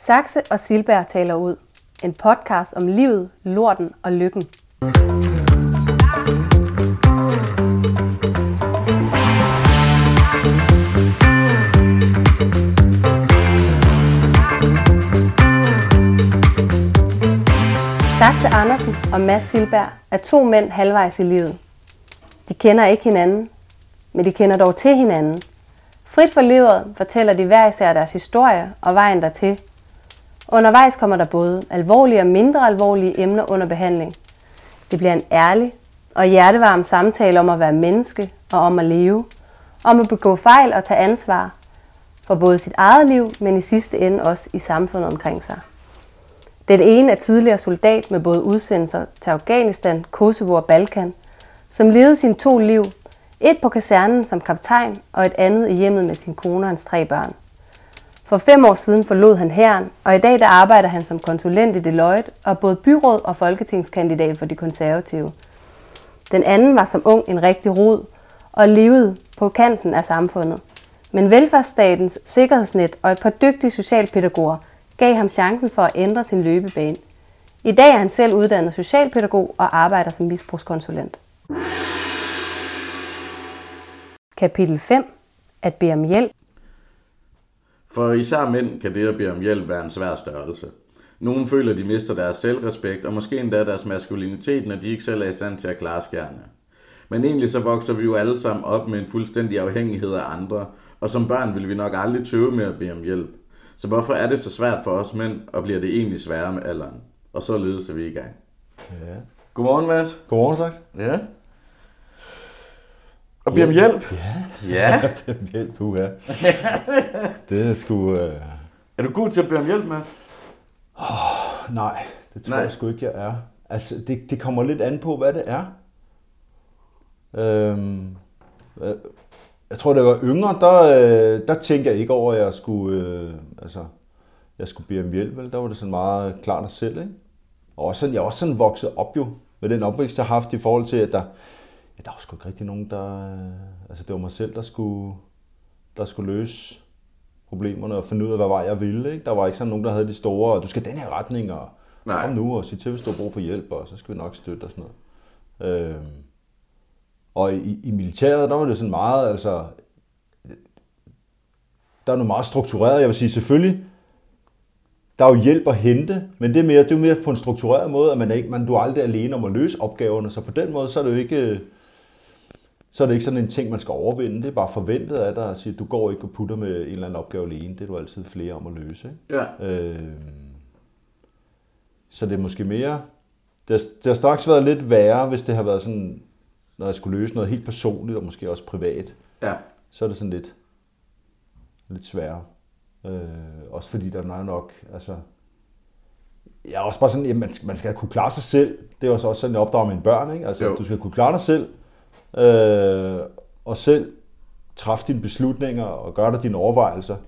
Saxe og Silberg taler ud. En podcast om livet, lorten og lykken. Saxe Andersen og Mads Silberg er to mænd halvvejs i livet. De kender ikke hinanden, men de kender dog til hinanden. Frit for livet fortæller de hver især deres historie og vejen dertil. Undervejs kommer der både alvorlige og mindre alvorlige emner under behandling. Det bliver en ærlig og hjertevarm samtale om at være menneske og om at leve. Om at begå fejl og tage ansvar for både sit eget liv, men i sidste ende også i samfundet omkring sig. Den ene er tidligere soldat med både udsendelser til Afghanistan, Kosovo og Balkan, som levede sine 2 liv. Et på kasernen som kaptajn og et andet i hjemmet med sin kone og hans 3 børn. For 5 år siden forlod han hæren, og i dag der arbejder han som konsulent i Deloitte og er både byråd og folketingskandidat for de konservative. Den anden var som ung en rigtig rod og levede på kanten af samfundet. Men velfærdsstatens sikkerhedsnet og et par dygtige socialpædagoger gav ham chancen for at ændre sin løbebane. I dag er han selv uddannet socialpædagog og arbejder som misbrugskonsulent. Kapitel 5. At bede om hjælp. For især mænd kan det at bede om hjælp være en svær størrelse. Nogle føler, at de mister deres selvrespekt, og måske endda deres maskulinitet, når de ikke selv er i stand til at klare skærene. Men egentlig så vokser vi jo alle sammen op med en fuldstændig afhængighed af andre, og som børn vil vi nok aldrig tøve med at bede om hjælp. Så hvorfor er det så svært for os mænd, og bliver det egentlig sværere med alderen? Og således er vi i gang. Ja. Godmorgen, Mads. Godmorgen, Saxe. Ja. Og bede om hjælp? Ja. Bede om hjælp, ja. Det er sgu... Er du god til at bede om hjælp, Mads? Nej, det tror jeg sgu ikke, jeg er. Altså, det kommer lidt an på, hvad det er. Jeg tror, da jeg var yngre, der tænkte jeg ikke over, at jeg skulle bede om hjælp. Vel? Der var det sådan meget klart af selv, ikke? Og jeg er også sådan vokset op jo, med den opvækst, jeg har haft i forhold til, at der var sgu ikke rigtig nogen, det var mig selv, der skulle løse problemerne og finde ud af, hvad vej jeg ville. Ikke? Der var ikke sådan nogen, der havde de store, du skal den her retning, og kom nu og sig til, hvis du har brug for hjælp, og så skal vi nok støtte og sådan noget. Og i militæret, der var det sådan meget, der er noget meget struktureret. Jeg vil sige, selvfølgelig, der er jo hjælp at hente, men det er jo mere på en struktureret måde, at du er aldrig alene om at løse opgaverne, så på den måde, så er det jo ikke... Så er det ikke sådan en ting, man skal overvinde. Det er bare forventet af dig at sige, at du går ikke og putter med en eller anden opgave alene. Det er du altid flere om at løse. Ikke? Ja. Så det er måske mere... Det har straks været lidt værre, hvis det har været sådan, når jeg skulle løse noget helt personligt, og måske også privat. Ja. Så er det sådan lidt sværere. Også fordi der er nok... Jeg er også bare sådan, at man skal kunne klare sig selv. Det er også sådan, jeg opdrager mine børn. Ikke? Du skal kunne klare dig selv. Og selv træffe dine beslutninger og gøre dig dine overvejelser.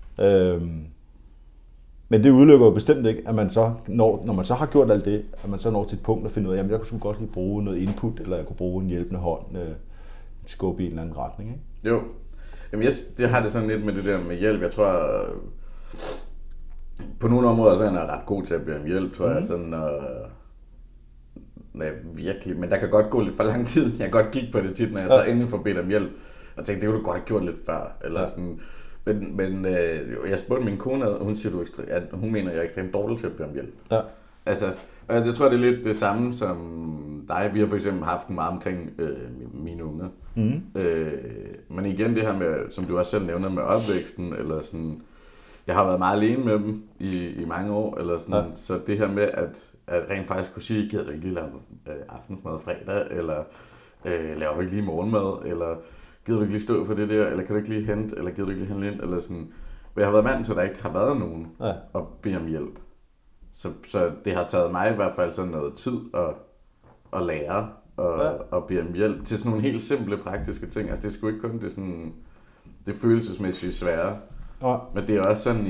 Men det udelukker jo bestemt ikke, at man så, når man så har gjort alt det, at man så når til et punkt og finder ud af, at jeg kunne sgu godt lige bruge noget input, eller jeg kunne bruge en hjælpende hånd, skubbe i en eller anden retning. Ikke? Jo. Jamen det har det sådan lidt med det der med hjælp. Jeg tror, på nogle områder så er jeg ret god til at bede om hjælp, tror jeg. Sådan, virkelig, men der kan godt gå lidt for lang tid. Jeg kan godt kigge på det tit, når jeg så endelig får bedt om hjælp, og tænkte, det kunne du godt have gjort lidt før. Eller sådan. Men jeg spurgte min kone, og hun siger, at hun mener, at jeg er ekstremt dårlig til at bede om hjælp. Ja. Og jeg tror, det er lidt det samme som dig. Vi har for eksempel haft meget omkring mine unger. Men igen det her med, som du også selv nævner, med opvæksten, eller sådan, jeg har været meget alene med dem i mange år, eller sådan, så det her med, at rent faktisk kunne sige, gider du ikke lige lave aftensmad fredag, eller laver du ikke lige morgenmad, eller gider du ikke lige stå for det der, eller kan du ikke lige hente, eller gider du ikke lige handle ind, eller sådan. Og jeg har været mand til, at der ikke har været nogen at bede om hjælp. Så det har taget mig i hvert fald sådan noget tid at lære og bede om hjælp til sådan nogle helt simple praktiske ting. Altså det er sgu ikke kun det følelsesmæssigt svære, men det er også sådan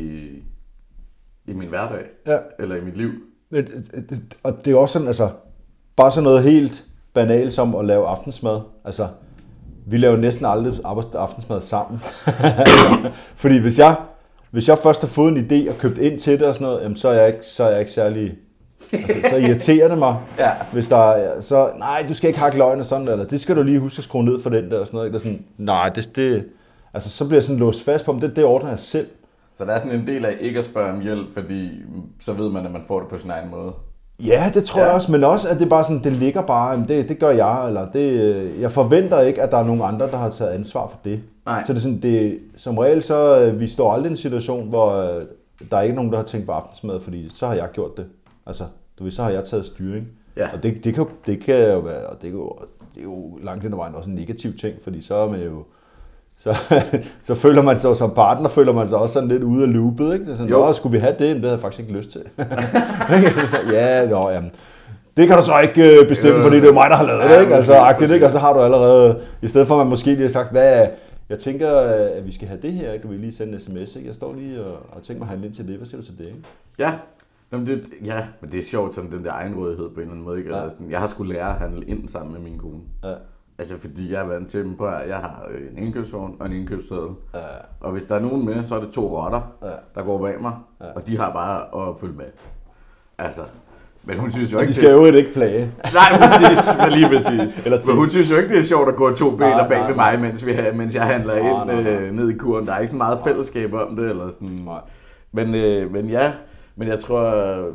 i min hverdag, eller i mit liv. Og det er også sådan, bare sådan noget helt banalt som at lave aftensmad. Vi laver næsten aldrig aftensmad sammen. Fordi hvis jeg hvis jeg først har fået en idé og købt ind til det og sådan noget, jamen, så er jeg ikke særlig... Altså, så irriterer det mig, hvis der er, så, nej, du skal ikke hakke løgn og sådan, eller det skal du lige huske at skrue ned for den der og sådan noget. Sådan, nej, altså, så bliver jeg sådan låst fast på, det ordner jeg selv. Så der er sådan en del af ikke at spørge om hjælp, fordi så ved man, at man får det på sin egen måde. Ja, det tror jeg også, men også, at det bare sådan, det ligger bare, det gør jeg, eller jeg forventer ikke, at der er nogen andre, der har taget ansvar for det. Nej. Så det er sådan, som regel, så vi står aldrig i en situation, hvor der er ikke nogen, der har tænkt på aftensmad, fordi så har jeg gjort det. Altså, så har jeg taget styring. Ja. Og det kan jo være, og det er jo langt hen ad vejen også en negativ ting, fordi så er man jo, så føler man sig som partner, føler man sig også sådan lidt ude af loopet, ikke? Det er sådan, skulle vi have det? Det havde jeg faktisk ikke lyst til. Jamen. Det kan du så ikke bestemme, fordi det er mig, der har lavet det, ikke? Altså, ikke? Og så har du allerede, i stedet for at man måske lige har sagt, jeg tænker, at vi skal have det her, ikke? Du vil lige sende en sms, ikke? Jeg står lige og tænker mig at handle ind til det. Hvad siger du til det, ikke? Ja. Men det er sjovt som den der egenrådighed på en eller anden måde, ikke? Ja. Altså, jeg har skulle lære at handle ind sammen med min kone. Ja. Altså fordi jeg er vant til dem på, at jeg har en indkøbsvogn og en indkøbsseddel. Ja. Og hvis der er nogen med, så er det 2 rotter, der går bag mig, og de har bare at følge med. Altså, men hun synes jo ikke... De skal jo ikke plage. Nej, præcis, lige præcis. Men hun synes jo ikke, det er sjovt at gå 2 biler bag ved mig, mens jeg handler ind ned i kuren. Der er ikke så meget fællesskab om det, eller sådan. Men ja... Men jeg tror,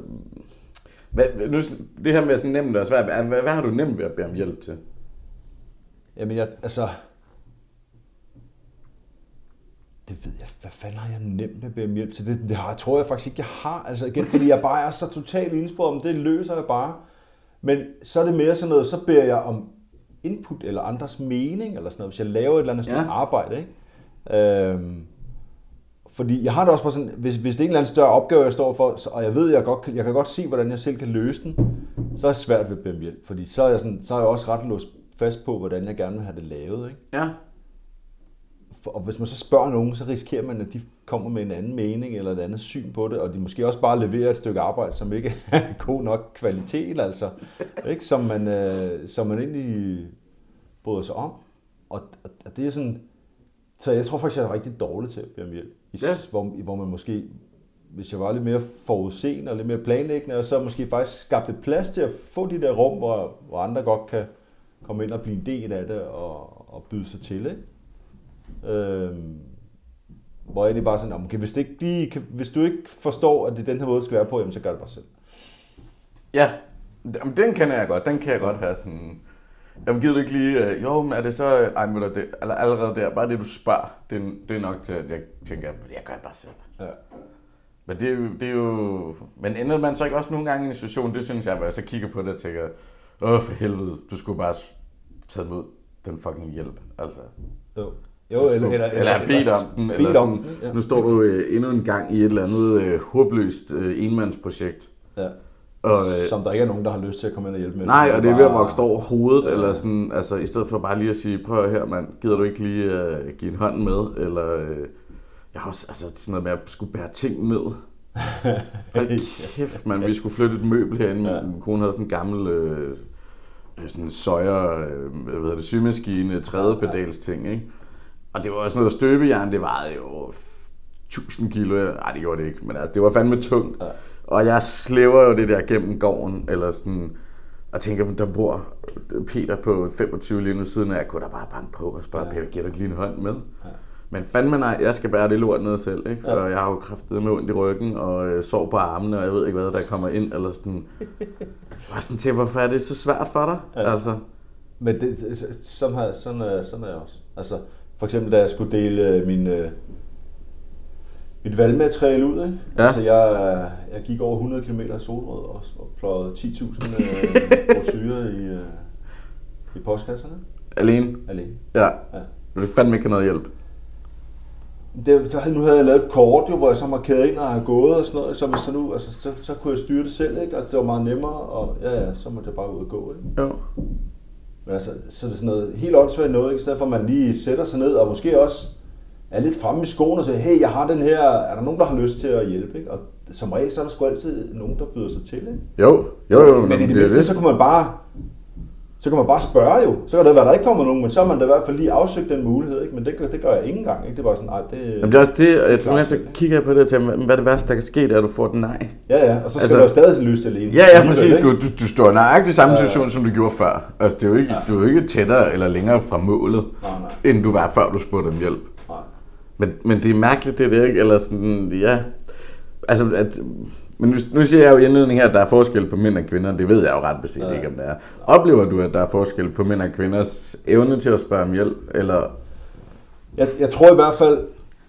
det her med sådan nemt og svært, hvad har du nemt ved at bede om hjælp til? Jamen det ved jeg, hvad fanden har jeg nemt med at bede om hjælp til? Det tror jeg faktisk ikke, jeg har. Altså igen, fordi jeg bare er så totalt indsproget om det, løser jeg bare. Men så er det mere sådan noget, så beder jeg om input eller andres mening, eller sådan noget, hvis jeg laver et eller andet stort arbejde, ikke? Fordi jeg har det også på sådan, hvis det er en eller anden større opgave, jeg står for, og jeg ved, jeg kan godt se, hvordan jeg selv kan løse den, så er det svært ved at bede om hjælp. Fordi så er jeg også ret låst fast på, hvordan jeg gerne vil have det lavet, ikke? Ja. Og hvis man så spørger nogen, så risikerer man, at de kommer med en anden mening eller et andet syn på det, og de måske også bare leverer et stykke arbejde, som ikke er god nok kvalitet, altså, ikke? Som man egentlig bryder sig om. Og det er sådan, så jeg tror faktisk, jeg er rigtig dårlig til at bede om hjælp. Hvor man måske, hvis jeg var lidt mere forudseende og lidt mere planlæggende, og så måske faktisk skabte plads til at få de der rum, hvor andre godt kan komme ind og blive en del af det og byde sig til, ikke? Hvor jeg egentlig bare sådan, okay, hvis du ikke forstår, at det er den her måde, det skal være på, jamen, så gør det bare selv. Ja, den kender jeg godt. Den kan jeg godt have sådan... Jamen gider du ikke lige... men er det så... allerede der, bare det du spørger, det er nok til, at jeg tænker, at jeg gør det bare selv. Ja. Men det er jo... Men ender man så ikke også nogle gange i en situation, det synes jeg, hvor jeg så kigger på det og tænker, for helvede, du skulle bare tage imod den fucking hjælp, altså. Eller bedt om den, eller sådan, ja. Nu står du endnu en gang i et eller andet håbløst enmandsprojekt. Ja. Som der ikke er nogen, der har lyst til at komme ind og hjælpe med. Nej, og det er ved at vokse over hovedet, eller sådan, altså i stedet for bare lige at sige, prøv her mand, gider du ikke lige give en hånd med, eller jeg har også sådan noget med at skulle bære ting ned. Hold kæft, man, vi skulle flytte et møbel herinde, ja. Min kone havde sådan en gammel sådan symaskine, tredjepedals ting, ikke? Og det var også noget støbejern, det vejede jo 1000 kilo, nej det gjorde det ikke, men altså det var fandme tungt. Ja. Og jeg slæver jo det der gennem gården, eller sådan, og tænker, der bor Peter på 25 lige nu siden, og jeg kunne da bare banke på og spørge, Peter, giver du ikke lige en hånd med? Ja. Men fandme nej, jeg skal bære det lort ned selv, ikke? Og jeg har jo kraftet med ondt i ryggen, og sår på armene, og jeg ved ikke hvad, der kommer ind, eller sådan. Bare sådan til, hvorfor er det så svært for dig? Ja. Altså. Men sådan er jeg også. Altså, for eksempel, da jeg skulle dele mit valgmateriale ud, ikke? Ja. Altså, jeg gik over 100 km i solrød og pløjede 10.000 brochurer i postkasserne. Alene? Alene. Ja. Du fik fandme ikke noget hjælp. Nu havde jeg lavet et kort, hvor jeg så markerede ind og har gået og sådan noget, så kunne jeg styre det selv, ikke? Og det var meget nemmere, og så måtte jeg bare ud og gå, ikke? Jo. Men altså, så er det sådan noget helt åndssvagt noget, ikke? I stedet for at man lige sætter sig ned, og måske også er lidt fremme i skoen og siger, hey, jeg har den her, er der nogen, der har lyst til at hjælpe, ikke? Og som regel, så er der sgu altid nogen, der byder sig til, ikke? Jo. Men i det mindste, så kunne Så kan man bare spørge jo. Så kan det være, der ikke kommer nogen, men så har man da i hvert fald lige afsøgt den mulighed. Ikke? Men det gør jeg ikke engang. Ikke? Det er bare sådan, nej, det... Jamen det er også det, jeg kigger på det og tænker, hvad er det værste, der kan ske, da du får den nej? Ja, og så skal du jo stadig lyst til alene. Ja, præcis. Du står i nøjagtig samme situation, som du gjorde før. Altså, det er jo ikke, du er jo ikke tættere eller længere fra målet, end du var, før du spurgte om hjælp. Nej. Men det er mærkeligt, det ikke? Eller sådan, ja... Altså, men nu siger jeg jo i indledning her, at der er forskel på mænd og kvinder. Det ved jeg jo ret beset ikke, om det er. Oplever du, at der er forskel på mænd og kvinders evne til at spørge om hjælp? Eller? Jeg tror i hvert fald...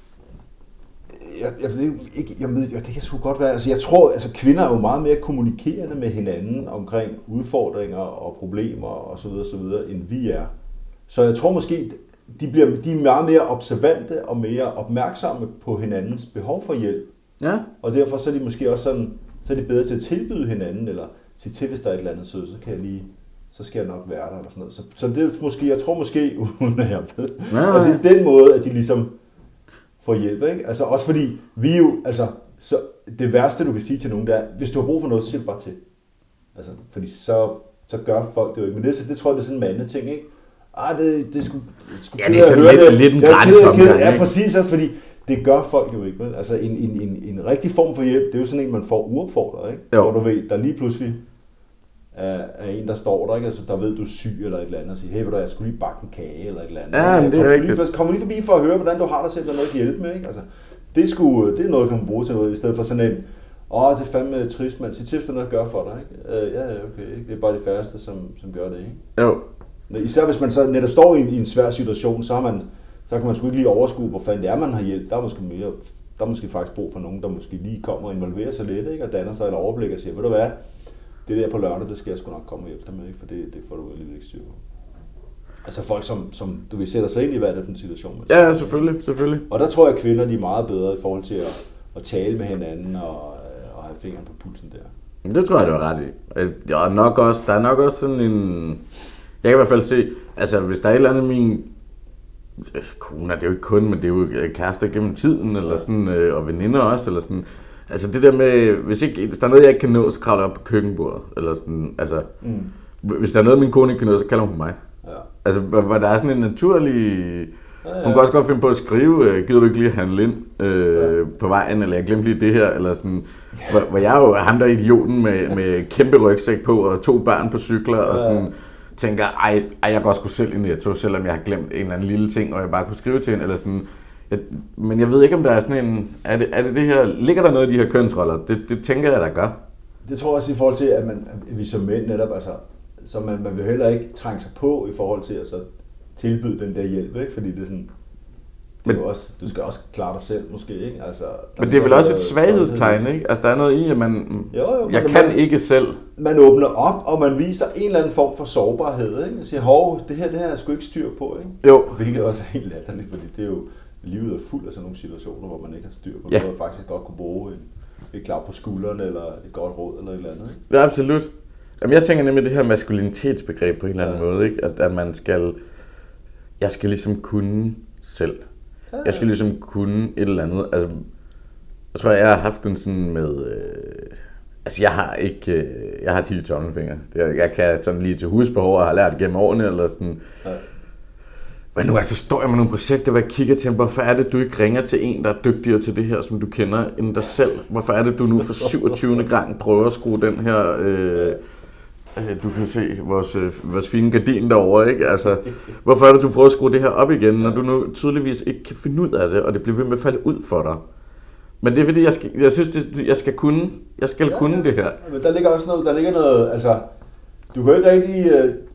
Jeg ved ikke, det kan sgu godt være. Altså, jeg tror, altså kvinder er jo meget mere kommunikerende med hinanden omkring udfordringer og problemer og så videre, end vi er. Så jeg tror måske, de er meget mere observante og mere opmærksomme på hinandens behov for hjælp. Ja. Og derfor så er de måske også sådan, så er de bedre til at tilbyde hinanden, eller sige til, hvis der er et eller andet sød, så skal jeg nok være der, eller sådan noget. Så det er måske, jeg tror måske, uden at jeg ved, at det er den måde, at de ligesom får hjælp, ikke? Altså også fordi, vi jo, altså, så det værste, du kan sige til nogen, det er, hvis du har brug for noget, så siger du bare til. Altså, fordi så gør folk det jo ikke. Men det tror jeg, det er sådan en mandeting, ikke? Det skulle ja, det er sådan lidt en grænseomgang. Ja, præcis, også fordi det gør folk jo ikke, vel? Altså en rigtig form for hjælp, det er jo sådan en, man får uopfordret, ikke? Jo. Hvor du ved, der lige pludselig er en, der står der, ikke? Altså, der ved, du er syg eller et eller andet, og siger, hey, ved du, jeg skulle lige bakke en kage eller et eller andet. Ja, men det er rigtigt. Kom lige forbi for at høre, hvordan du har dig selv, der er noget at hjælpe med, ikke? Altså, det er noget, du kan bruge til noget, i stedet for sådan en, det er fandme trist, man. Sig til, hvis der er noget at gøre for dig, ikke? Ja, okay, ikke? Det er bare de færreste, som gør det, ikke? Jo. Især hvis man så netop står i en svær situation, så kan man sgu ikke lige overskue, hvor fanden det er, man har hjælp. Der er måske faktisk brug for nogen, der måske lige kommer og involverer sig lidt, ikke? Og danner sig et overblik og siger, ved du hvad, det der på lørdag, det skal jeg sgu nok komme og hjælpe dig med, ikke? For det får du lidt ikke styr på. Altså folk, som du vil sætte sig ind i, hvad er det for en situation? Ja, selvfølgelig. Og der tror jeg, at kvinder de er meget bedre i forhold til at tale med hinanden og have fingeren på pulsen der. Det tror jeg, du har ret i. Der er nok også sådan en... Jeg kan i hvert fald se, altså hvis der er et eller andet min kone, det er jo ikke kun, men det er jo kærester gennem tiden, eller sådan, og veninder også, eller sådan. Altså det der med, hvis der er noget, jeg ikke kan nå, så kravler jeg op på køkkenbordet, eller sådan, altså. Hvis der er noget, min kone ikke kan nå, så kalder hun på mig. Ja. Altså, hvor der er sådan en naturlig... Hun kan også godt finde på at skrive, gider du ikke lige at handle ind på vejen, eller jeg glemte lige det her, eller sådan. Hvor jeg jo er ham der idioten med kæmpe rygsæk på, og 2 børn på cykler, og sådan... tænker, jeg kan også kunne selv i Netto, selvom jeg har glemt en eller anden lille ting, og jeg bare kunne skrive til hende, eller sådan. Men jeg ved ikke, om der er sådan en... Er det her... Ligger der noget i de her kønsroller? Det tænker jeg, der gør. Det tror jeg også i forhold til, at vi som mænd netop, altså... Så man vil heller ikke trænge sig på i forhold til at så tilbyde den der hjælp, ikke? Fordi det er sådan... Det er også, du skal også klare dig selv, måske, ikke? Altså, men det er vel også et svaghedstegn, ikke? Altså, der er noget i, at man... Jo, jeg kan ikke selv. Man åbner op, og man viser en eller anden form for sårbarhed, ikke? Man siger, det her er jeg sgu ikke styr på, ikke? Jo. Hvilket også er helt latterligt, fordi det er jo... Livet er fuld af sådan nogle situationer, hvor man ikke har styr på noget, og faktisk godt kunne bruge et klap på skulderen, eller et godt råd, eller et eller andet, ikke? Ja, absolut. Jamen, jeg tænker nemlig det her maskulinitetsbegreb på en eller anden måde, ikke? At man skal... Jeg skal ligesom kunne selv. Jeg skal ligesom kunne et eller andet. Altså, jeg tror, jeg har haft den sådan med... altså, jeg har ikke... jeg har 10 tommelfingre. Jeg kan sådan lige til husbehov og har lært gennem årene, eller sådan... Ja. Men nu altså står jeg med nogle projekter, hvor jeg kigger til, hvorfor er det, du ikke ringer til en, der er dygtigere til det her, som du kender, end dig selv? Hvorfor er det, du nu for 27. gang prøver at skrue den her... du kan se vores fine gardin derovre, ikke? Altså, hvorfor er det, du prøver at skrue det her op igen, når du nu tydeligvis ikke kan finde ud af det, og det bliver ved med at falde ud for dig? Men det er fordi, jeg synes, jeg skal kunne det her. Men der ligger også noget, altså, du kan ikke rigtig,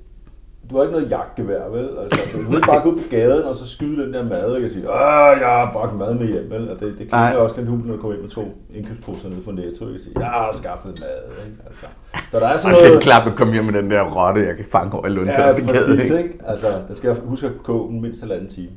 du har ikke noget jagtgevær, vel? Altså, du kan ikke bare gå ud på gaden og så skyde den der mad, og sige, jeg har bragt mad med hjem, vel? Og det klinger også lidt hul, når du kommer ind med 2 indkøbsposer nede fra Netto, og sige, jeg har skaffet mad, ikke? Altså, så der er sådan noget... Og klappe komme hjem med den der rotte, jeg kan fange over i Lundtofte Gade, ikke? Ja, præcis, ikke? Altså, der skal jeg huske at koge den mindst 1,5 time.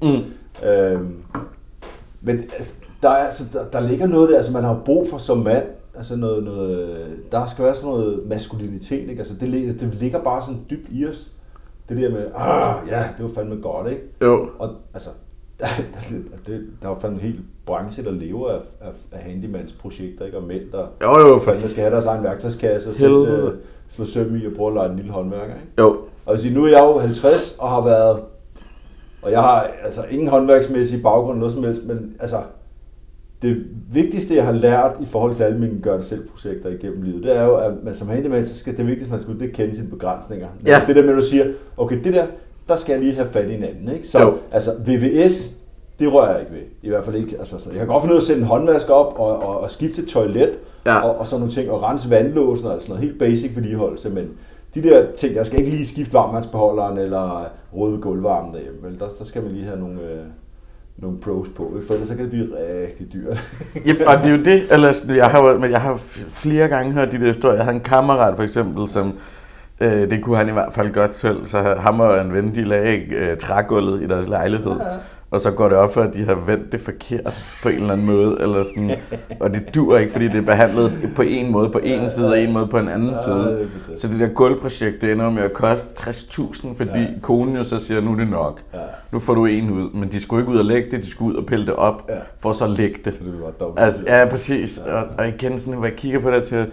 Men altså, der ligger noget der, altså man har brug for som mand, altså noget, der skal være sådan noget maskulinitet, ikke? Altså det ligger bare sådan dybt i os. Det der med, det var fandme godt, ikke? Jo. Og altså, der er jo fandme en hel branche, der lever af handymandsprojekter, ikke? Og mænd, der fandme skal have deres egen værktøjskasse og slå søm i og prøve at lege en lille håndværker, ikke? Jo. Og nu er jeg jo 50 og har været, og jeg har altså ingen håndværksmæssig baggrund, noget som helst, men altså, det vigtigste, jeg har lært i forhold til alle mine gør-det-selv-projekter igennem livet, det er jo, at man som handyman, så skal det vigtigste, man skal kende sine begrænsninger. Ja. Det der med, at du siger, okay, det der skal jeg lige have fat i en anden, ikke? Så altså, VVS, det rører jeg ikke ved. I hvert fald ikke. Altså, jeg kan godt finde ud af at sætte en håndvask op og skifte et toilet og sådan nogle ting, og rense vandlåsen og sådan noget. Helt basic vedligeholdelse, men de der ting, jeg skal ikke lige skifte varmvandsbeholderen eller røde gulvvarmen derhjemme. Vel, der skal man lige have nogle pros på, for ellers så kan det blive rigtig dyrt. Jamen, og det er jo det, ellers, jeg har flere gange hørt de der historier. Jeg havde en kammerat for eksempel, som det kunne han i hvert fald godt selv, så ham og en ven, de lagde trægulvet i deres lejlighed. Ja. Og så går det op for, at de har vendt det forkert på en eller anden måde, eller sådan, og det dur ikke, fordi det er behandlet på en måde på en side, og en måde på en anden side. Så det der gulvprojekt, det ender med at koste 60.000, fordi konen jo så siger, nu er det nok. Nu får du en ud, men de skulle ikke ud og lægge det, de skulle ud og pille det op, for så at lægge det. Altså, ja, præcis. Og igen, sådan, hvor jeg kigger på det til,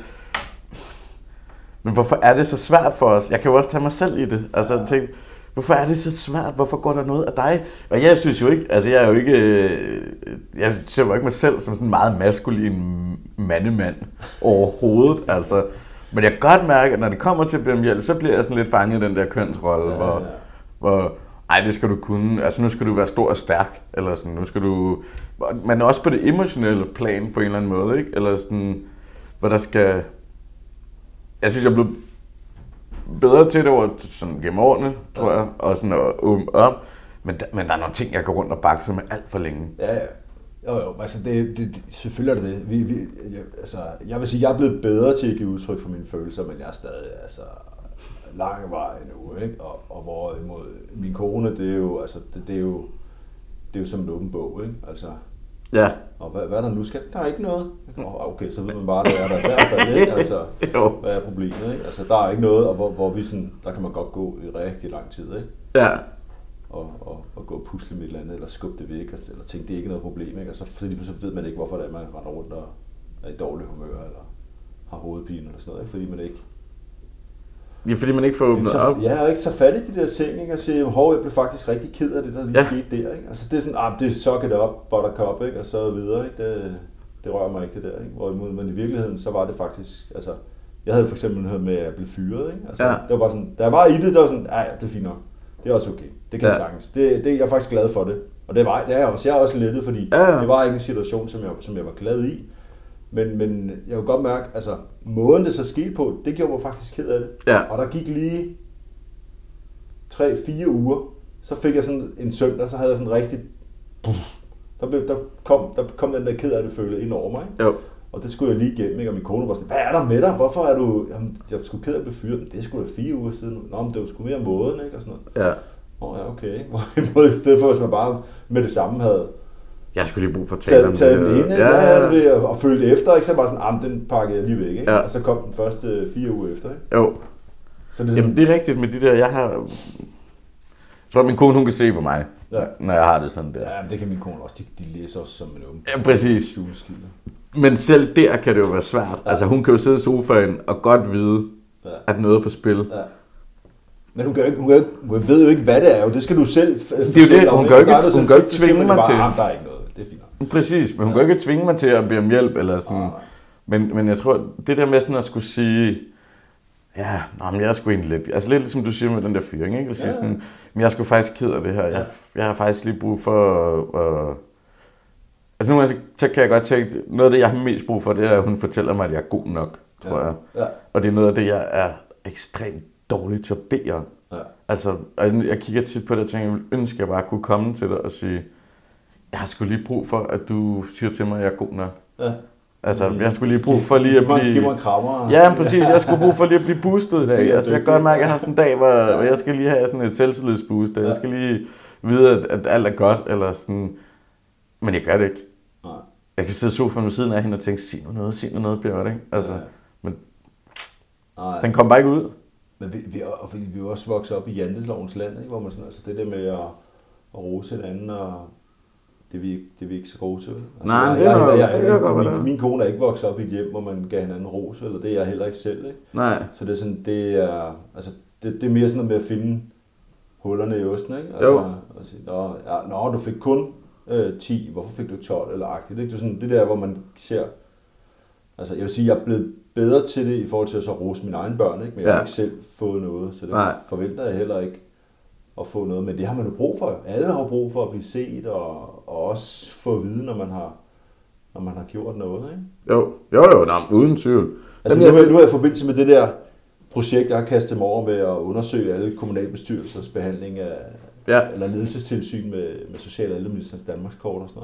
men hvorfor er det så svært for os? Jeg kan jo også tage mig selv i det. Altså, jeg tænkte, hvorfor er det så svært? Hvorfor går der noget af dig? Og jeg synes jo ikke, altså jeg er jo ikke, jeg ser jo ikke mig selv som sådan en meget maskulin mandemand overhovedet, altså. Men jeg kan godt mærke, at når det kommer til at bede om hjælp, så bliver jeg sådan lidt fanget i den der kønsrolle, hvor ej, det skal du kunne, altså nu skal du være stor og stærk, eller sådan, nu skal du, men også på det emotionelle plan på en eller anden måde, ikke? Eller sådan, hvor der skal, jeg synes, jeg er blevet bedre til det over sådan gennem årene, tror jeg, og sådan at åbne op. Men der er nogle ting, jeg går rundt og bakser med alt for længe. Ja. Jo, altså selvfølgelig er det det. Altså, jeg vil sige, jeg er blevet bedre til at give udtryk for mine følelser, men jeg er stadig altså lang vej endnu, ikke? Og hvorimod min kone, det er jo altså det er jo som en åben bog, ikke? Altså. Ja. Og hvad der nu skal? Der er ikke noget. Okay, så ved man bare, det er der i hvert fald, ikke? Altså, hvad er problemet, ikke? Altså, der er ikke noget, og hvor vi sådan, der kan man godt gå i rigtig lang tid, ikke? Ja. Og gå og pusle med et eller andet, eller skubbe det væk, eller tænke, det er ikke noget problem, ikke? Og så ved man ikke, hvorfor det er, man render rundt og er i dårlig humør, eller har hovedpine, eller sådan noget, ikke? Fordi man ikke... Ja, fordi man ikke får åbnet op. Ja, og ikke så fat i de der ting, ikke? Og sige, jeg blev faktisk rigtig ked af det, der lige skete der, ikke? Altså, det er sådan, det suck it up, buttercup, ikke? Og så videre, ikke? Det rører mig ikke, det der, ikke? Hvorimod, men i virkeligheden, så var det faktisk, altså... Jeg havde for eksempel hørt med at blive fyret, ikke? Altså, det var bare sådan, da jeg var i det, der var sådan, ja, det er fint nok. Det er også okay. Det kan jeg sagtens. Jeg er faktisk glad for det. Og det er jeg også. Jeg er også lettet, fordi det var ikke en situation, som jeg var glad i. Men jeg kunne godt mærke, altså måden det så skete på, det gjorde mig faktisk ked af det. Ja. Og der gik lige 3-4 uger, så fik jeg sådan en søndag, så havde jeg sådan rigtig... Der kom den der ked af det følelse ind over mig. Ikke? Jo. Og det skulle jeg lige igennem, ikke? Og min kone var sådan, hvad er der med dig? Hvorfor er du... Jamen, jeg skulle ked af at blive fyret. Det skulle da 4 uger siden. Nå, men det var sgu mere måden, ikke? Og sådan noget. Ja. Ja, okay. Hvorimod i stedet for, hvis man bare med det samme havde... Jeg skulle lige bruge for at tale om det. Taget den inde, og følge efter, ikke? Så bare sådan, den pakkede jeg lige væk, ikke? Ja. Og så kom den første 4 uger efter, ikke? Jo. Så det er sådan... Jamen, det er rigtigt med de der, jeg har... Jeg tror, min kone, hun kan se på mig, når jeg har det sådan der. Ja, men det kan min kone også. De læser også som en åben. Ja, præcis. Men selv der kan det jo være svært. Ja. Altså, hun kan jo sidde i sofaen og godt vide, at noget er på spil. Ja. Men hun ved jo ikke, hvad det er. Det skal du selv... Det er jo det. Hun kan jo ikke tvinge mig til... Der er ikke noget. Det er fint. Præcis, men hun kan jo ikke tvinge mig til at bede om hjælp. Eller sådan. Men jeg tror, det der med sådan at skulle sige... Ja, men jeg er sgu egentlig lidt... Altså lidt ligesom du siger med den der fyring, ikke? At sige sådan, men jeg er sgu faktisk ked af det her. Jeg har faktisk lige brug for... Altså nu så kan jeg godt tænke, noget af det, jeg har mest brug for, det er, at hun fortæller mig, at jeg er god nok, tror jeg. Ja. Og det er noget af det, jeg er ekstremt dårlig til at bede om. Ja. Altså, jeg kigger tit på det og tænker, jeg ville ønske, at jeg bare kunne komme til dig og sige, jeg har sgu lige brug for, at du siger til mig, at jeg er god nok. Ja. Altså, jeg skulle lige brug for lige at blive... Giv mig en krammer. Ja, præcis. Jeg skulle brug for lige at blive boostet i dag. Altså, jeg kan godt mærke, at jeg har sådan en dag, hvor jeg skal lige have sådan et selvtillidsboost. Jeg skal lige vide, at alt er godt, eller sådan... Men jeg gør det ikke. Nej. Jeg kan sidde i sofaen ved siden af hende og tænke, sig nu noget, Bjørn, ikke? Altså, men den kom bare ikke ud. Men vi er jo også vokset op i jantelovens land, ikke? Hvor man sådan, altså det der med at rose hinanden, og det er vi ikke så gode til. Altså, min kone er ikke vokset op i et hjem, hvor man gav hinanden rose, eller det er jeg heller ikke selv, ikke? Nej. Så det er sådan, det er det er mere sådan noget med at finde hullerne i osten, ikke? Altså, at sige, du fik kun 10, hvorfor fik du 12 eller agtigt, ikke? Det er sådan det der, hvor man ser, altså jeg vil sige, jeg er blevet bedre til det i forhold til at så rose mine egne børn, ikke? Men jeg har ikke selv fået noget, så det forventer jeg heller ikke at få noget, men det har man jo brug for. Alle har brug for at blive set og også få at vide, når man har gjort noget, ikke? Jo, uden tvivl. Altså nu har jeg i forbindelse med det der projekt, jeg har kastet mig over med at undersøge alle kommunalbestyrelsers behandling af, eller ledelsestilsyn med Social- og Ældreministerens Danmarkskort og sådan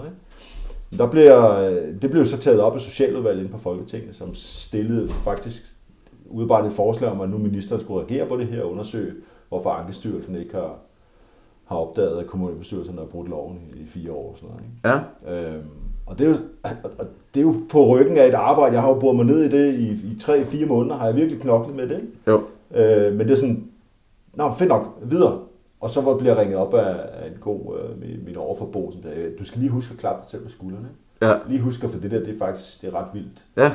noget, ikke? Det blev så taget op af Socialudvalget inde på Folketinget, som stillede faktisk udarbejdet et forslag om, at nu ministeren skulle reagere på det her og undersøge, hvorfor Ankestyrelsen ikke har opdaget, at kommunalbestyrelsen har brudt loven i 4 år og sådan noget, ikke? Og det er jo på ryggen af et arbejde. Jeg har jo boret mig ned i det i 3-4 måneder, har jeg virkelig knoklet med det, ikke? Jo. Men det er sådan, fedt nok, videre. Og så bliver jeg ringet op af en god, min overforbo, som siger, du skal lige huske at klappe dig selv på skuldrene, ikke? Ja. Lige huske, for det der, det er faktisk ret vildt. Ja.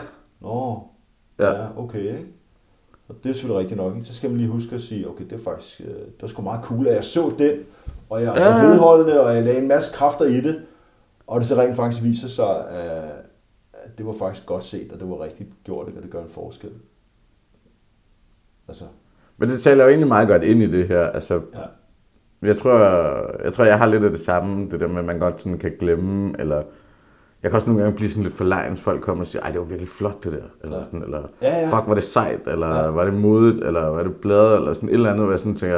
Okay, ikke? Og det er selvfølgelig rigtigt nok, ikke? Så skal man lige huske at sige, okay, det var sgu meget cool, at jeg så den, og jeg var vedholdende, og jeg lagde en masse kræfter i det. Og det så rent faktisk viser sig, at det var faktisk godt set, og det var rigtig gjort, og det gør en forskel. Altså. Men det taler jo egentlig meget godt ind i det her. Altså, jeg tror, jeg har lidt af det samme, det der med, at man godt sådan kan glemme, eller jeg kan også nogle gange blive sådan lidt forlegen, hvis folk kommer og siger, ej, det var virkelig flot det der, eller sådan, eller fuck, var det sejt, eller var det modigt, eller var det bladet, eller sådan et eller andet, hvor jeg sådan tænker,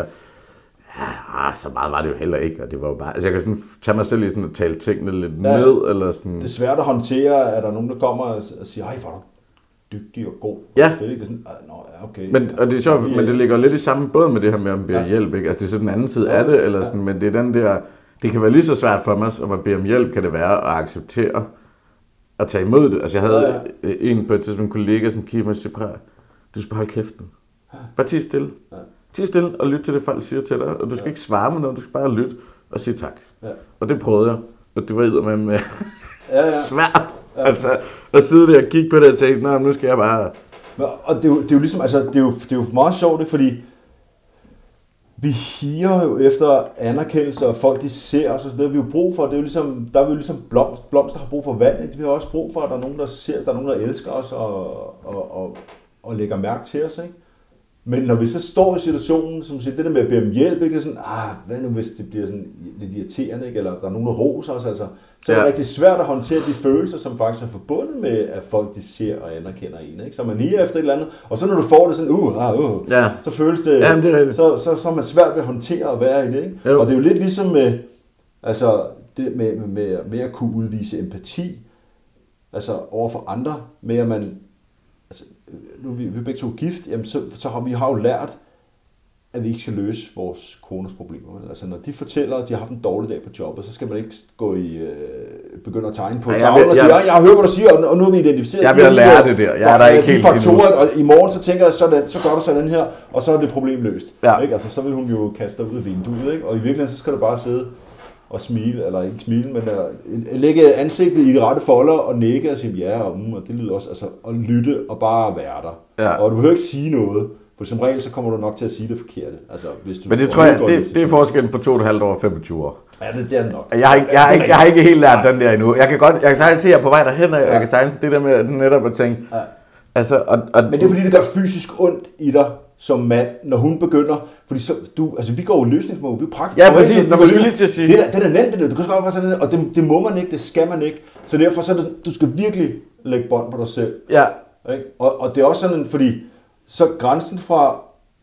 så meget var det jo heller ikke, og det var jo bare, altså jeg kan sådan tage mig selv i sådan at tale tingene lidt ned, eller sådan. Det er svært at håndtere, at der er nogen, der kommer og siger, ej, hvor er du dygtig og god. Ja. Det er sådan, okay. Og det er sjovt, men det ligger lidt i samme båd med det her med, om man beder hjælp, ikke? Altså det er så den anden side af det, eller sådan, men det er den der, det kan være lige så svært for mig, om at bede om hjælp, kan det være at acceptere, at tage imod det. Altså jeg havde en på et tidspunkt kollega, som kiggede mig og sagde, du skal bare holde kæft nu. Bare tige stille. Tige stille og lyt til det, folk siger til dig, og du skal ikke svare med noget, du skal bare lytte og sige tak. Ja. Og det prøvede jeg, og det var eddermame svært. Ja. Altså at sidde der og kigge på det og tænke, nu skal jeg bare. Og det er jo ligesom, altså det er jo meget sjovt, ikke? Fordi vi higer jo efter anerkendelse, og folk de ser os, og det har vi jo brug for. Det er jo ligesom, der er vi jo ligesom blomster har brug for vand, ikke? Vi har også brug for, at der er nogen, der ser os, der er nogen, der elsker os og lægger mærke til os, ikke? Men når vi så står i situationen, som siger, det der med at bede om hjælp, ikke? Det er sådan, hvad nu hvis det bliver sådan lidt irriterende, ikke? Eller der er nogen, der roser os, altså. Så er det rigtig svært at håndtere de følelser, som faktisk er forbundet med, at folk de ser og anerkender en, ikke? Så man higer efter et eller andet, og så når du får det sådan, så føles det, så er man svært ved at håndtere og være i det, ikke? Jo. Og det er jo lidt ligesom med, altså, det med at kunne udvise empati, altså over for andre, med at man, altså, nu er vi begge to gift, jamen så har vi jo lært, at vi ikke skal løse vores koners problemer. Altså når de fortæller, at de har haft en dårlig dag på jobbet, så skal man ikke begynde at tegne på tavlen og sige, jeg har hørt, hvad du siger, og nu har vi identificeret. Jeg vil lære det der. Jeg er der ikke helt faktorer, og i morgen så tænker jeg, så gør du sådan her, og så er det problem løst. Ja. Ikke? Altså så vil hun jo kaste dig ud af vinduet, ikke? Og i virkeligheden så skal du bare sidde og smile, eller ikke smile, men lægge ansigtet i de rette folder og nikke og sige og det lyder også, altså at lytte og bare være der. Ja. Og du behøver ikke sige noget. For som regel, så kommer du nok til at sige det forkerte. Altså, hvis du. Men det tror jeg, det er forskellen på 2,5 år og 25 år. Ja, det er nok. Jeg har ikke helt lært den der endnu. Jeg kan sagtens se, at jeg er på vej derhen, og jeg kan sagtens det der med netop at tænke. Ja. Altså, men det er fordi, det gør fysisk ondt i dig som mand, når hun begynder. Fordi så, vi går jo løsningsmål, vi er praktisk. Ja, præcis, når man skal lige til at sige. Det er nemt, det der. Du kan godt bare sådan, og det må man ikke, det skal man ikke. Så derfor så er det, du skal virkelig lægge bånd på dig selv. Ja. Ikke? Og det er også sådan, fordi så grænsen fra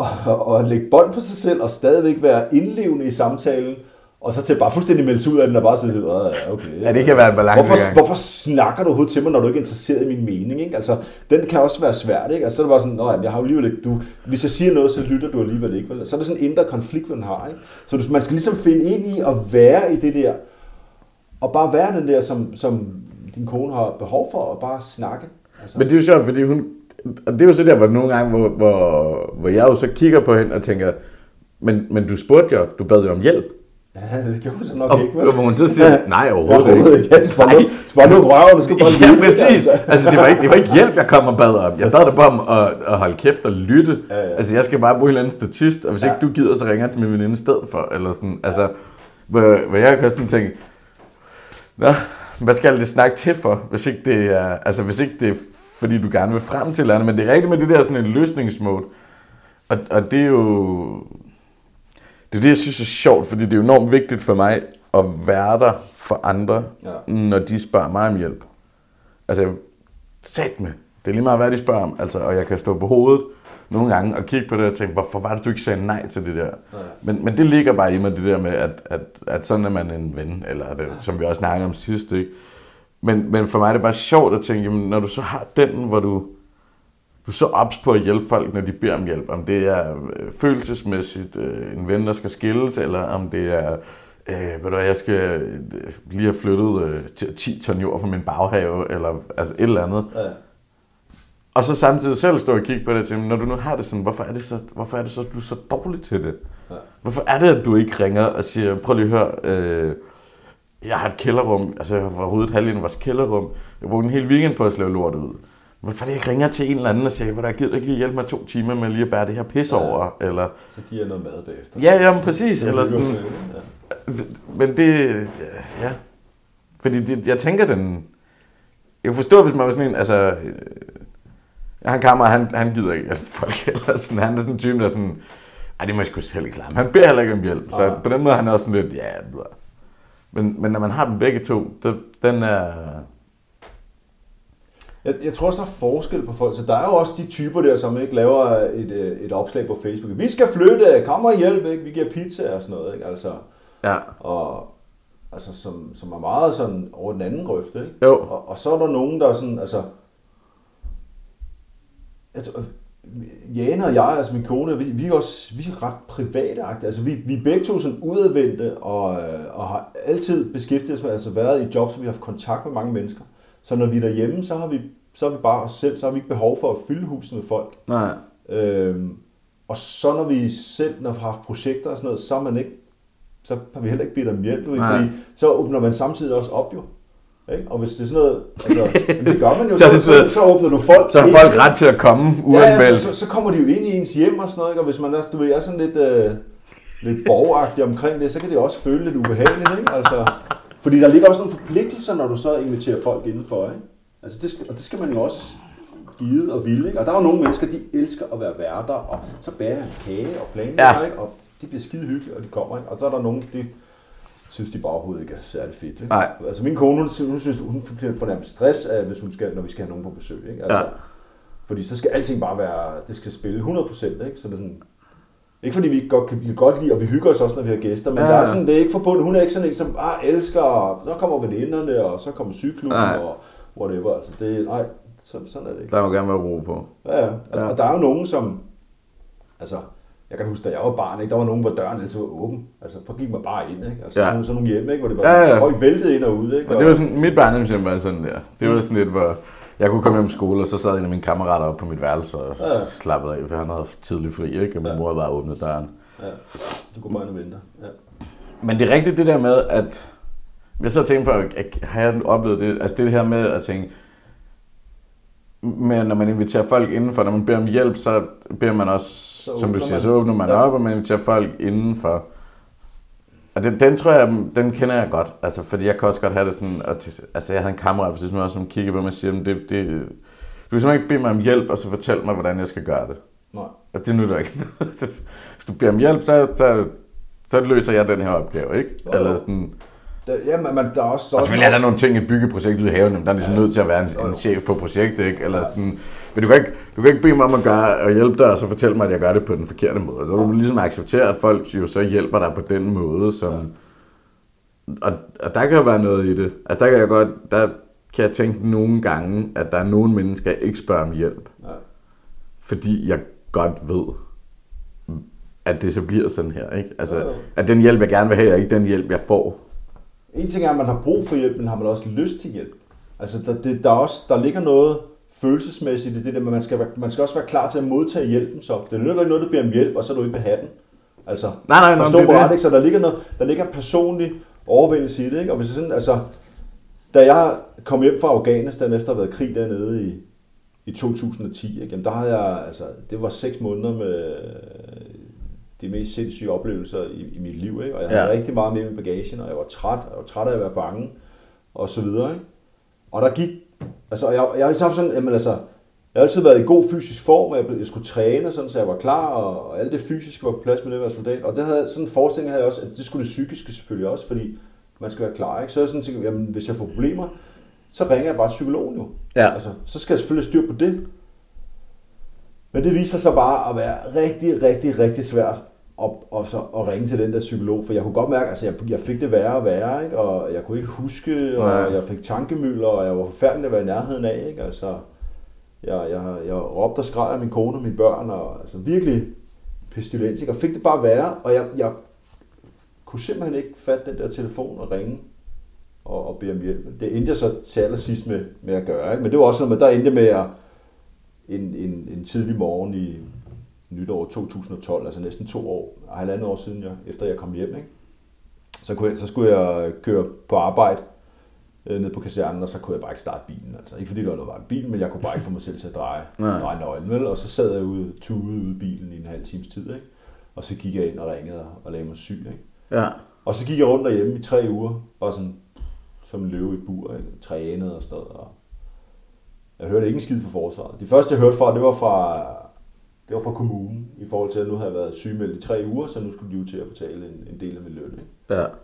at lægge bånd på sig selv og stadigvæk være indlevende i samtalen, og så til bare fuldstændig melde sig ud af den, og bare sige, okay. Ja, det kan være en balancegang. Hvorfor snakker du overhovedet til mig, når du ikke er interesseret i min mening? Ikke? Altså, den kan også være svært, ikke? Altså, så er det bare sådan, jeg har jo alligevel ikke, hvis jeg siger noget, så lytter du alligevel ikke, vel? Så er det sådan en indre konflikt, man har, ikke? Så man skal ligesom finde ind i at være i det der, og bare være den der, som din kone har behov for, og bare snakke. Altså. Men det er jo sjovt, fordi hun. Og det er jo så der, hvor nogle gange, hvor jeg jo så kigger på hende og tænker, men du spurgte jo, du bad jo om hjælp. Ja, det gjorde hun så nok ikke. Hvor hun så siger, nej, overhovedet ikke. Du bare lukke røven, du skal bare ja, præcis. Altså, det var ikke hjælp, jeg kom og bad om. Jeg bad dig bare om at holde kæft og lytte. Ja. Altså, jeg skal bare bruge en eller anden statist, og hvis ikke du gider, så ringer jeg til min veninde i stedet for. Eller sådan, altså, hvor jeg kan sådan tænke, nå, hvad skal det snakke til for, hvis ikke det er, fordi du gerne vil frem til eller andet, men det er rigtigt med det der sådan en løsningsmål. Og det er jo, det, jeg synes er sjovt, fordi det er jo enormt vigtigt for mig at være der for andre, når de spørger mig om hjælp. Altså, sat med. Det er lige meget, hvad de spørger om, altså, og jeg kan stå på hovedet nogle gange og kigge på det og tænke, hvorfor var det, du ikke sagde nej til det der? Ja. Men det ligger bare i mig, det der med, at sådan er man en ven, eller det, som vi også snakkede om sidst, ikke? Men for mig er det bare sjovt at tænke, jamen, når du så har den, hvor du er så ops på at hjælpe folk, når de beder om hjælp, om det er følelsesmæssigt en ven, der skal skilles, eller om det er, ved du hvad, jeg skal lige have flyttet 10 ton jord fra min baghave, eller altså et eller andet. Ja. Og så samtidig selv stå og kigge på det til, når du nu har det sådan, hvorfor er det så, du er så dårlig til det? Ja. Hvorfor er det, at du ikke ringer og siger, prøv lige at høre, jeg har et kælderrum, altså jeg var ryddet halvdelen af vores kælderrum, jeg brugte en hel weekend på at slå lortet ud. Hvorfor det ikke ringer til en eller anden og siger, hvor der gider ikke lige hjælpe mig 2 timer med lige at bære det her pis over, eller... Så giver jeg noget mad bagefter. Ja, men præcis, eller sådan... Ja. Men det... Ja. Fordi jeg tænker den... Jeg kan forstå, hvis man var sådan en, altså... Jeg har en kammerat, han gider ikke hjælpe folk, eller sådan, han er sådan en type, der er sådan... Ej, det må jeg sgu selv ikke klare. Han beder heller ikke om hjælp, så på den måde han er også sådan lidt, ja... Men når man har dem begge to, den er... Jeg tror også, der er forskel på folk. Så der er jo også de typer der, som ikke laver et opslag på Facebook. Vi skal flytte, kom og hjælp, ikke? Vi giver pizza og sådan noget, ikke? Altså, ja. Og altså, som er meget sådan over den anden grøfte, ikke? Jo. Og så er der nogen, der er sådan, altså... Jane og jeg, altså min kone, vi er ret privatagtige. Altså vi er begge to sådan udadvendte og har altid beskæftiget os med, altså været i jobs, hvor vi har haft kontakt med mange mennesker. Så når vi er derhjemme, så har vi bare os selv, så har vi ikke behov for at fylde huset med folk. Nej. Og så når vi selv har haft projekter og sådan noget, så har vi heller ikke bedt om hjælp, fordi så åbner man samtidig også op jo. Ikke? Og hvis det er sådan noget, altså, det gør man jo, så åbner du folk. Så har folk ret til at komme uanmeldt. Så kommer de jo ind i ens hjem og sådan noget, ikke? Og hvis man er sådan lidt borgeragtig omkring det, så kan det også føle lidt ubehageligt, ikke? Altså, fordi der ligger også nogle forpligtelser, når du så inviterer folk indenfor, ikke? Altså det skal man jo også give og ville, ikke? Og der er jo nogle mennesker, de elsker at være værter, og så bager en kage og planlægger, ikke? Og det bliver skide hyggeligt, og de kommer, ikke? Og så er der nogen, de synes de bare overhovedet ikke er særlig fedt, ikke? Nej. Altså min kone, hun synes, hun får nærmest stress af, når vi skal have nogen på besøg, ikke? Altså, fordi så skal alting bare være, det skal spille 100%, ikke? Så det er sådan, ikke fordi vi kan godt lide, og vi hygger os også, når vi har gæster, men der er sådan, det er ikke forbundet, hun er ikke sådan en, som elsker, så kommer veninderne, og så kommer cykelklubben, og whatever, altså det, nej, sådan er det ikke. Der må gerne være ro på. Ja. Og der er jo nogen, som, altså, jeg kan huske, da jeg var barn, ikke? Der var nogen, hvor døren altid var åben. Altså, for gik man bare ind, ikke? Altså, sådan nogle hjem, ikke? Hvor det var folk væltede ind og ud, ikke? Og det var sådan, mit barndomshjem var sådan der. Det var sådan lidt, hvor jeg kunne komme hjem fra skole, og så sad en af mine kammerater oppe på mit værelse og slappede af, for han havde tidlig fri, ikke? Og min mor bare åbnet døren. Ja, du kunne bare vente. Ja. Men det er rigtigt det der med, at jeg så tænkte på, har jeg oplevet det? Altså det her med at tænke, men når man inviterer folk indenfor, når man beder om hjælp, så beder man også, som du siger, så åbner man op, og man inviterer folk indenfor. Og den tror jeg, den kender jeg godt, altså fordi jeg kan også godt have det sådan, altså jeg havde en kammerat, som kiggede på mig og siger, du kan simpelthen ikke bede mig om hjælp, og så fortælle mig, hvordan jeg skal gøre det. Nej. Og det nytter ikke. Hvis du beder om hjælp, så løser jeg den her opgave, ikke? Eller sådan... Men der er også... Og selvfølgelig er der nogle ting i byggeprojektet ude i haven, der er ligesom nødt til at være en chef på projektet, ikke? Eller sådan, men du kan ikke bede mig om at hjælpe dig, og så fortælle mig, at jeg gør det på den forkerte måde. Så du ligesom acceptere, at folk jo så hjælper dig på den måde, som... Og der kan jo være noget i det. Altså der kan jeg tænke nogle gange, at der er nogle mennesker, jeg ikke spørger om hjælp. Fordi jeg godt ved, at det så bliver sådan her, ikke? Altså, at den hjælp, jeg gerne vil have, er ikke den hjælp, jeg får. En ting er, at man har brug for hjælp, men har man også lyst til hjælp. Altså, der ligger noget følelsesmæssigt i det der, men man skal også være klar til at modtage hjælpen. Så det er ikke noget, du beder om hjælp, og så du ikke vil have den. Altså, nej, forstå mig ret, ikke? Så der ligger personlig overvindelse i det, ikke? Og hvis det sådan, altså, da jeg kom hjem fra Afghanistan efter at have været krig dernede i 2010, ikke? Jamen, der havde jeg, altså, det var 6 måneder med de mest sindssyge oplevelser i mit liv, ikke? Og jeg havde rigtig meget med i bagagen, og jeg var træt af at være bange, og så videre, ikke? Og der gik, altså, jeg har altid haft sådan, jamen, altså, jeg har altid været i god fysisk form, og jeg skulle træne, sådan, så jeg var klar, og alt det fysiske var på plads med det at være soldat. Og det havde, sådan en forestilling havde jeg også, at det skulle det psykiske selvfølgelig også, fordi man skal være klar, ikke? Så jeg sådan tænkte, jamen, hvis jeg får problemer, så ringer jeg bare til psykologen jo. Ja. Altså, så skal jeg selvfølgelig styr på det. Men det viser sig bare at være rigtig, rigtig, rigtig svært at ringe til den der psykolog, for jeg kunne godt mærke, altså jeg fik det værre og værre, ikke? Og jeg kunne ikke huske, og jeg fik tankemylder, og jeg var forfærdelig at være i nærheden af, ikke? Altså, jeg råbte og skreg af min kone og mine børn, og altså virkelig pestilens, ikke? Og fik det bare værre, og jeg kunne simpelthen ikke fatte den der telefon og ringe og bede om hjælp. Det endte jeg så til allersidst med at gøre, ikke? Men det var også noget med, der endte med at en tidlig morgen i nytår 2012, altså næsten 2 år, 1,5 år siden, efter jeg kom hjem, ikke? Så skulle jeg køre på arbejde ned på kasernen, og så kunne jeg bare ikke starte bilen. Altså, ikke fordi der var noget i bilen, men jeg kunne bare ikke få mig selv til at dreje nøglen, vel? Og så sad jeg ude i bilen i en halv times tid, ikke? Og så gik jeg ind og ringede og lagde mig syg, ikke? Ja. Og så gik jeg rundt derhjemme i 3 uger, og sådan som en løve i bur, ikke? Trænede og sådan noget. Og jeg hørte ikke en skid fra forsvaret. Det første, jeg hørte fra, det var fra kommunen, i forhold til, at nu havde jeg været sygemeldt i 3 uger, så nu skulle de jo til at betale en del af min løn, ikke? Ja.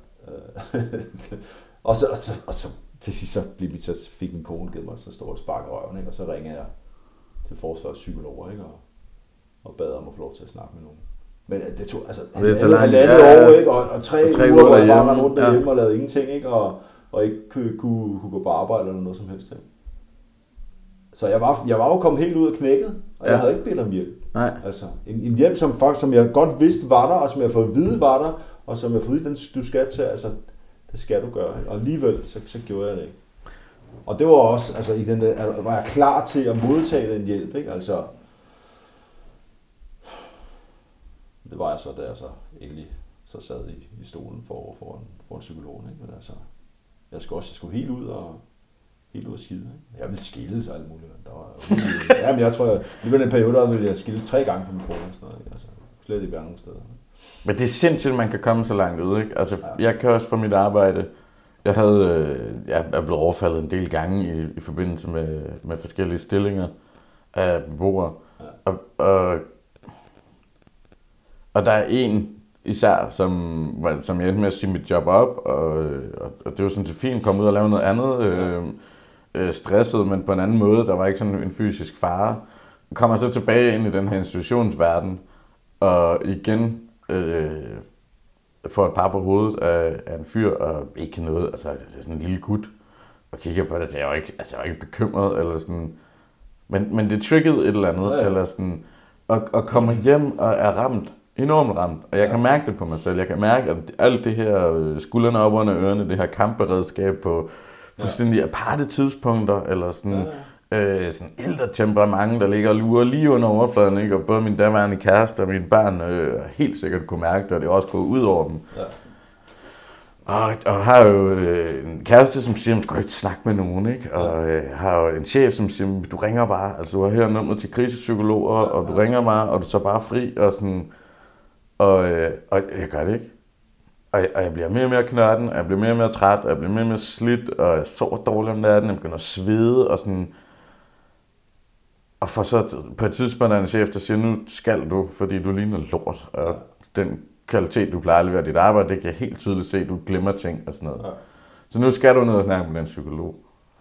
og så til sidst så fik min kone givet mig så stort spark i røven, ikke? Og så ringede jeg til forsvarets psykologer, ikke? Og bad om at få lov til at snakke med nogen. Men det tog altså halvandet år, ikke? Og 3 uger, hvor jeg bare rendte rundt derhjemme og lavede ingenting, ikke? Og ikke kunne gå på arbejde eller noget som helst. Ikke? Så jeg var jo kommet helt ud af knækket, og jeg havde ikke bedt om hjælp. Nej. Altså, en hjælp, som jeg godt vidste var der, og som jeg får at vide var der, og som jeg får at vide, du skal til, altså, det skal du gøre. Ikke? Og alligevel, så gjorde jeg det ikke. Og det var også, altså, i den der, var jeg klar til at modtage den hjælp, ikke? Altså, det var jeg så, da jeg så endelig så sad i stolen for en psykolog, ikke? Men altså, jeg skulle helt ud og skide, ikke? Jeg ville skille sig alt muligt. Men jeg tror, i den periode, der ville jeg skille 3 gange på min kone og sådan noget, ikke? Altså, slet ikke være nogen steder. Men det er sindssygt, man kan komme så langt ud, ikke? Altså, jeg kan også fra mit arbejde, jeg er blevet overfaldet en del gange i forbindelse med forskellige stillinger af beboere. Ja. Og der er en især, som jeg endte med at sige mit job op, og det var sådan set fint at komme ud og lave noget andet, stresset, men på en anden måde. Der var ikke sådan en fysisk fare. Jeg kommer så tilbage ind i den her institutionsverden, og igen får et par på hovedet af en fyr, og ikke noget, altså det er sådan en lille gut, og kigger på det, jeg var ikke bekymret, eller sådan, men det triggede et eller andet, eller sådan, og kommer hjem og er ramt, enormt ramt, og jeg kan mærke det på mig selv. Jeg kan mærke, at alt det her skuldrene op under ørerne, det her kampberedskab på fuldstændig aparte tidspunkter, eller sådan, sådan ældre temperament, der ligger og lurer lige under overfladen, ikke? Og både min daværende kæreste og mine børn helt sikkert kunne mærke det, og det er også gået ud over dem. Ja. Og har jo en kæreste, som siger, at man skal ikke snakke med nogen, ikke? Og har jo en chef, som siger, du ringer bare, altså du har her nummer til krisepsykologer, og du ringer bare, og du så bare fri, og sådan. Og jeg gør det ikke. Og jeg bliver mere og mere knørten, og jeg bliver mere og mere træt, og jeg bliver mere og mere slidt, og jeg sover dårligt om natten, jeg begynder at svede, og sådan. Og for så på et tidspunkt er en chef, der siger, nu skal du, fordi du ligner lort, og den kvalitet, du plejer at levere dit arbejde, det kan jeg helt tydeligt se, du glemmer ting og sådan noget. Ja. Så nu skal du ned og snakke med den psykolog.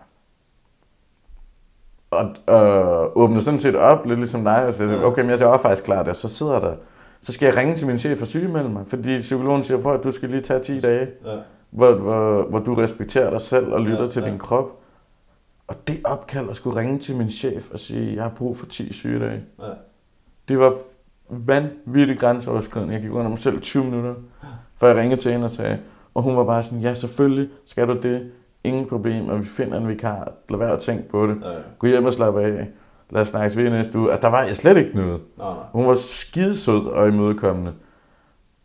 Og åbner sådan set op, lidt ligesom dig, og siger, okay, men jeg er faktisk klar der, så sidder der. Så skal jeg ringe til min chef og sygemelde mig, fordi psykologen siger på, at du skal lige tage 10 dage, hvor du respekterer dig selv og lytter til din krop. Og det opkald at skulle ringe til min chef og sige, jeg har brug for 10 sygedage. Ja. Det var vanvittigt grænseoverskridende. Jeg gik rundt om mig selv 20 minutter, før jeg ringede til hende og sagde, og hun var bare sådan, ja selvfølgelig skal du det, ingen problem, og vi finder en vikar, lad være at tænke på det, gå hjem og slappe af, lad os snakkes ved næste uge. Altså der var jeg slet ikke noget. Nej. Hun var skidesød og imødekommende.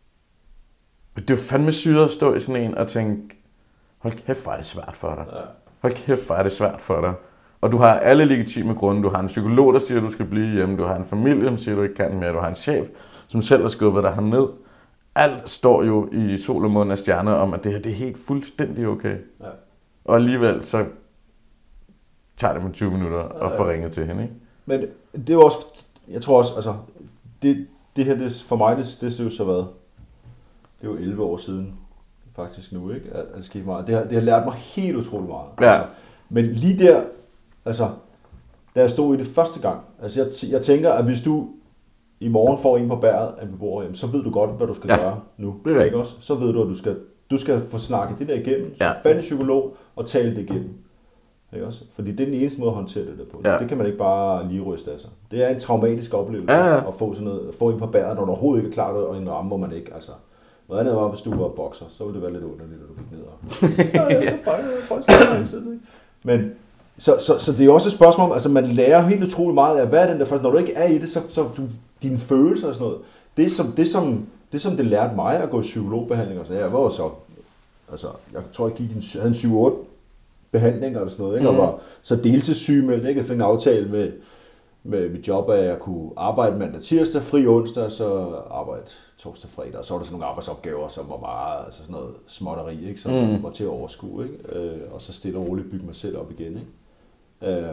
Det er jo fandme syret at stå i sådan en og tænke, hold kæft, hvor er det svært for dig. Hold kæft, hvor er det svært for dig. Og du har alle legitime grunde. Du har en psykolog, der siger, at du skal blive hjemme. Du har en familie, der siger, at du ikke kan mere. Du har en chef, som selv har skubbet dig herned. Alt står jo i sol og måne af stjerner om, at det her det er helt fuldstændig okay. Ja. Og alligevel så tager det mig 20 minutter at få ringet til hende, ikke? Men det er også, jeg tror også, altså, det her, det, for mig, det er jo så været, det er jo 11 år siden, faktisk nu, ikke? At det skete meget. Det har lært mig helt utroligt meget. Ja. Altså, men lige der, altså, da jeg stod i det første gang, altså jeg tænker, at hvis du i morgen får en på bæret af beboere, så ved du godt, hvad du skal gøre nu. Det er ikke også? Så ved du, at du skal få snakket det der igennem, så finde en psykolog og tale det igennem. Ikke også? Fordi det er den eneste måde at håndtere det der på. Ja. Det kan man ikke bare lige ryste af sig. Det er en traumatisk oplevelse at få sådan noget, få en på bæret, når du overhovedet ikke er klar og en ramme, hvor man ikke, altså. Noget andet var, hvis du var bokser, så ville det være lidt underligt, at du gik ned og... så bare folk ikke? Men så det er også et spørgsmål om, altså man lærer helt utroligt meget af, hvad er den der, når du ikke er i det, så dine følelser og sådan noget. Det som det lærte mig at gå i psykologbehandling, og så jeg var så, altså jeg tror jeg havde en 7-8 behandlinger eller sådan noget, ikke? Og var så deltidssygemeldt, ikke? Jeg fik en aftale med mit job, at jeg kunne arbejde mandag, tirsdag, fri onsdag, så arbejde torsdag, fredag, og så var der sådan nogle arbejdsopgaver, som var meget, altså sådan noget småtteri, ikke? Som var til at overskue, ikke? Og så stille og roligt bygge mig selv op igen, ikke?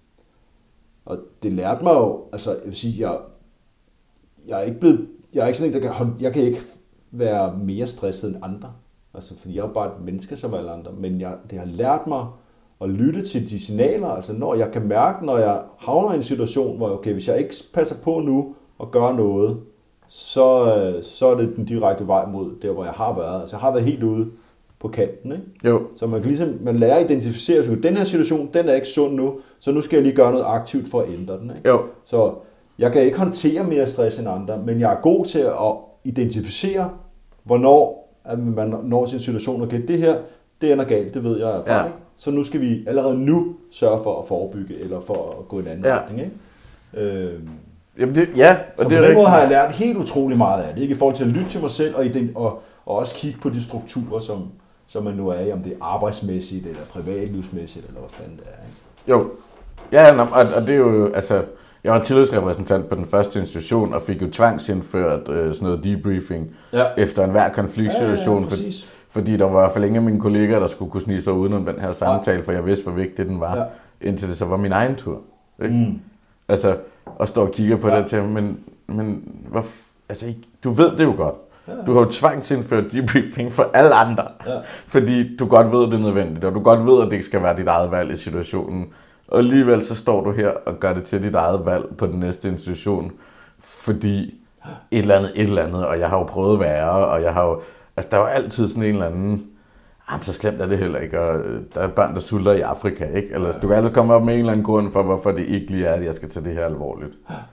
Og det lærte mig jo, altså jeg vil sige, jeg er ikke sådan en, jeg kan ikke være mere stresset end andre, altså fordi jeg er bare et menneske som alle andre, men det har lært mig at lytte til de signaler, altså når jeg kan mærke, når jeg havner i en situation, hvor okay, hvis jeg ikke passer på nu og gør noget, så er det den direkte vej mod der, hvor jeg har været. Altså jeg har været helt ude på kanten, ikke? Jo. Så man kan ligesom, man lærer at identificere sig. Den her situation, den er ikke sund nu, så nu skal jeg lige gøre noget aktivt for at ændre den, ikke? Jo. Så jeg kan ikke håndtere mere stress end andre, men jeg er god til at identificere, hvornår man når til en situation, okay, det her, det ender galt, det ved jeg er erfaring. Ja. Så nu skal vi allerede nu sørge for at forebygge, eller for at gå i en anden retning, ikke? Jamen det, og på den måde har jeg lært helt utrolig meget af det, ikke? I forhold til at lytte til mig selv, og også kigge på de strukturer, som man nu er i, om det er arbejdsmæssigt, eller privatlivsmæssigt, eller hvad fanden det er, ikke? Jo, ja, og det er jo, altså, jeg var tillidsrepræsentant på den første institution, og fik jo tvangsindført sådan noget debriefing efter enhver konfliktsituation, fordi der var i hvert fald ingen af mine kollegaer, der skulle kunne snige sig udenom den her samtale, for jeg vidste, hvor vigtig den var, indtil det så var min egen tur, ikke? Altså, og står og kigger på det til, men altså, du ved det jo godt. Du har jo tvangsindført debriefing for alle andre, fordi du godt ved, det er nødvendigt, og du godt ved, at det ikke skal være dit eget valg i situationen. Og alligevel så står du her og gør det til dit eget valg på den næste institution, fordi et eller andet, og jeg har jo prøvet værre, og jeg har jo, altså der er jo altid sådan en eller anden, så slemt er det heller ikke, og der er børn, der sulter i Afrika, ikke? Eller du kan altid komme op med en eller anden grund for, hvorfor det ikke lige er, at jeg skal tage det her alvorligt.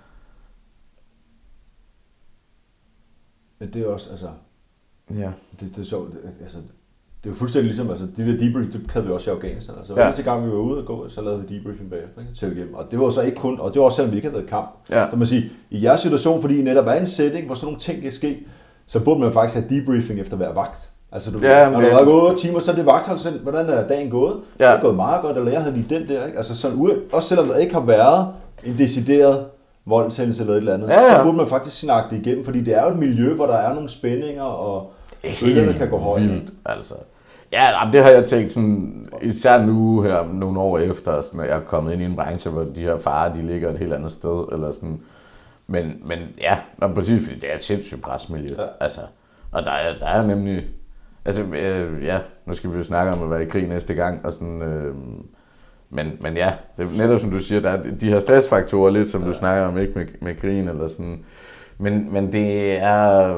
Men det er også, altså, det er sjovt, altså, det er jo fuldstændig ligesom, altså, de der debriefing, det havde vi også i Afghanistan, altså, hver gang vi var ude og gå, så lavede vi debriefing bagefter, ikke? Til igennem, og det var så ikke kun, og det var også selvom vi ikke havde været i kamp, så man siger, i jeres situation, fordi I netop er en setting, hvor sådan nogle ting kan ske, så burde man faktisk have debriefing efter hver vagt. Altså, når du har gået 8 timer, så er det vagthold, hvordan er dagen gået? Det er gået meget godt, eller jeg havde lige den der, ikke? Altså sådan, også selvom der ikke har været en decideret voldshændelse eller et eller andet, så burde man faktisk snakke det igennem, fordi det er jo et miljø, hvor der er nogle spændinger, og følerne kan gå højt. Vildt, altså. Ja, det har jeg tænkt sådan, især nu her, nogle år efter, sådan, når jeg er kommet ind i en branche, hvor de her farer, de ligger et helt andet sted, eller sådan. Men ja, præcis, det er et sindssygt presmiljø, altså. Og der er nemlig, altså, nu skal vi jo snakke om at være i krig næste gang, og sådan, men ja, det er netop som du siger, der er de her stressfaktorer lidt, som du snakker om, ikke med krigen, eller sådan. Men det er,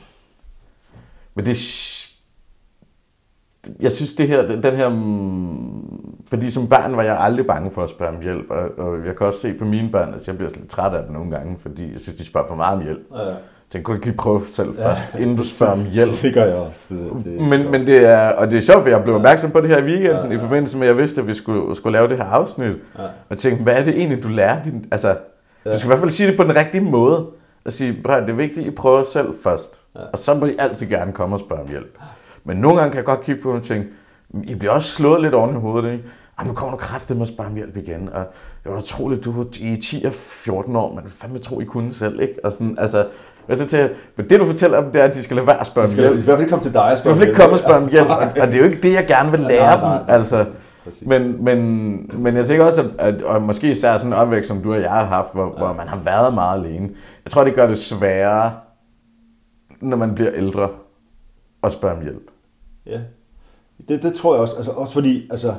jeg synes den her, fordi som barn var jeg aldrig bange for at spørge om hjælp, og jeg kan også se på mine børn, at jeg bliver lidt træt af det nogle gange, fordi jeg synes, de spørger for meget om hjælp. Så kunne du ikke lige prøve selv først, inden du spørger om hjælp. Det gør jeg også. Men det er sjovt, for jeg blev opmærksom på det her i weekenden, i forbindelse med, at jeg vidste, at vi skulle lave det her afsnit. Og tænkte, hvad er det egentlig, du lærer? Altså, du skal i hvert fald sige det på den rigtige måde. og sige, det er vigtigt, I prøver selv først. Ja. Og så må I altid gerne komme og spørge om hjælp. Ja. Men nogle gange kan jeg godt kigge på og tænke, I bliver også slået lidt oven i hovedet, ikke? Nu kommer du kraftigt med at spørge om hjælp igen, og det var utroligt, du var i 10 og 14 år, men fandme tro, I kunne selv, ikke? Og sådan, altså, men det du fortæller dem, det er, at de skal lade være at spørge om hjælp. De skal i hvert fald ikke komme til dig og spørge om hjælp. De skal i hvert fald ikke komme og spørge om hjælp, og det er jo ikke det, jeg gerne vil lære dem, altså. Men jeg tænker også, at og måske især sådan en opvækst, som du og jeg har haft, hvor man har været meget alene. Jeg tror, det gør det sværere, når man bliver ældre, at spørge om hjælp. Ja, det tror jeg også. Altså, også fordi, altså,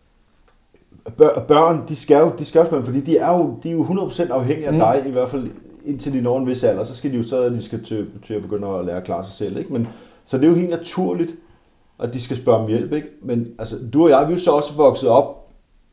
børn, de skal jo spørge, fordi de er jo 100% afhængige af dig, i hvert fald indtil de når en vis alder. Så skal de jo til at begynde at lære at klare sig selv, ikke? Men, så det er jo helt naturligt, at de skal spørge om hjælp, ikke? Men altså, du og jeg, vi er jo så også vokset op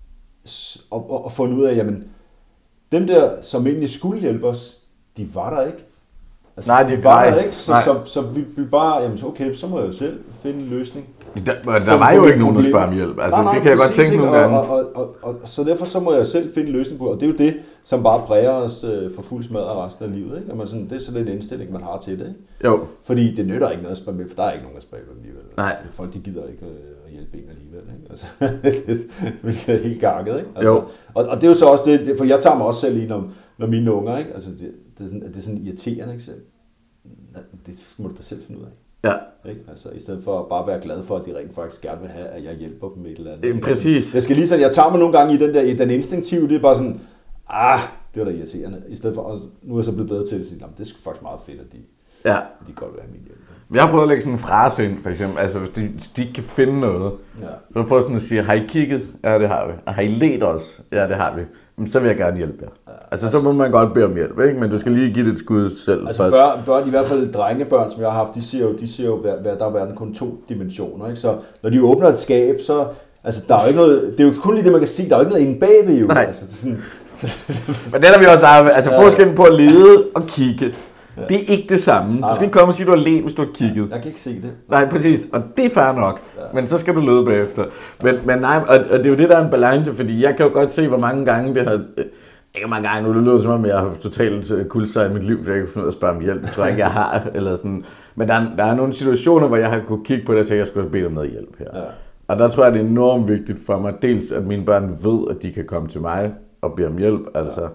og fundet ud af, jamen, dem der, som egentlig skulle hjælpe os, de var der ikke. Altså, nej, de var der ikke, så vi bare, jamen okay, så må jeg jo selv finde en løsning. Der var jo ikke nogen, der spørger om hjælp. Altså, det kan jeg godt tænke nogle gange. Og så derfor så må jeg selv finde en løsning på, og det er jo det, som bare præger os for fuld smadret resten af livet, ikke? Jamen, sådan, det er sådan en indstilling, man har til det, ikke? Jo. Fordi det nytter ikke noget at spørge med, for der er ikke nogen, der spørger med alligevel. Nej. Folk, de gider ikke at hjælpe en alligevel, ikke? Altså, det er helt gakket, ikke? Altså, jo. Og det er jo så også det, for jeg tager mig også selv i, når mine unger, ikke? Altså, det er sådan irriterende, ikke? Det må du da selv finde ud af. Ja. Ikke? Altså, i stedet for at bare være glad for, at de rent faktisk gerne vil have, at jeg hjælper dem med et eller andet. Præcis. Jeg skal lige sådan, jeg tager mig nogle gange i den instinktive, det er bare sådan, det var da irriterende. I stedet for, og nu er jeg så blevet bedre til at sige, det er sgu faktisk meget fedt, at de godt vil have min hjælp. Jeg har prøvet at lægge sådan en frase ind, for eksempel, altså hvis de ikke kan finde noget, så prøver sådan at sige, har I kigget? Ja, det har vi. Og har I ledt os? Ja, det har vi. Men så vil jeg gerne hjælpe jer. Altså, så må man godt bede om hjælp, ikke? Men du skal lige give det et skud selv. Altså børn, i hvert fald drengebørn, som jeg har haft, de siger jo der er verden kun 2 dimensioner, ikke? Så når de åbner et skab, så, altså, der er jo ikke noget, det er jo kun lige det, man kan sige, der er jo ikke noget inde bagved, jo. Nej. Altså, det er sådan, men det er vi også har, altså forskellen på at lede og kigge, det er ikke det samme. Du skal ikke komme og sige, at du har ledt, hvis du har kigget. Jeg kan ikke se det. Nej, præcis. Og det er fair nok. Men så skal du lede bagefter. Men nej, og det er jo det, der er en balance, fordi jeg kan jo godt se, hvor mange gange det har... Ikke mange gange nu, det lyder som om, jeg har totalt kuldsejret i mit liv, fordi jeg kan finde ud af at spørge om hjælp. Det tror jeg ikke, jeg har. Eller sådan. Men der er nogle situationer, hvor jeg har kunnet kigge på det og tænke, at jeg skulle have bedt om noget hjælp her. Ja. Og der tror jeg, det er enormt vigtigt for mig, dels at mine børn ved, at de kan komme til mig og bede om hjælp. Altså,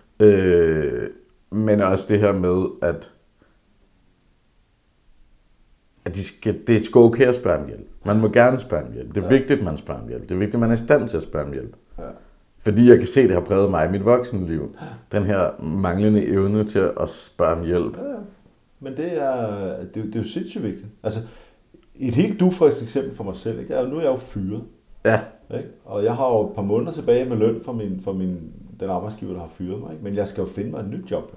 men også det her med, at det er sgu okay at spørge om hjælp. Man må gerne spørge om hjælp. Det er vigtigt, at man spørger om hjælp. Det er vigtigt, at man er i stand til at spørge om hjælp. Ja. Fordi jeg kan se, at det har præget mig i mit voksenliv. Den her manglende evne til at spørge om hjælp. Ja. Men det er jo sindssygt vigtigt. Altså, et helt dufrisk eksempel for mig selv, ikke? Nu er jeg jo fyret. Ja. Ikke? Og jeg har jo et par måneder tilbage med løn for den arbejdsgiver, der har fyret mig. Ikke? Men jeg skal jo finde mig et nyt job. Jo.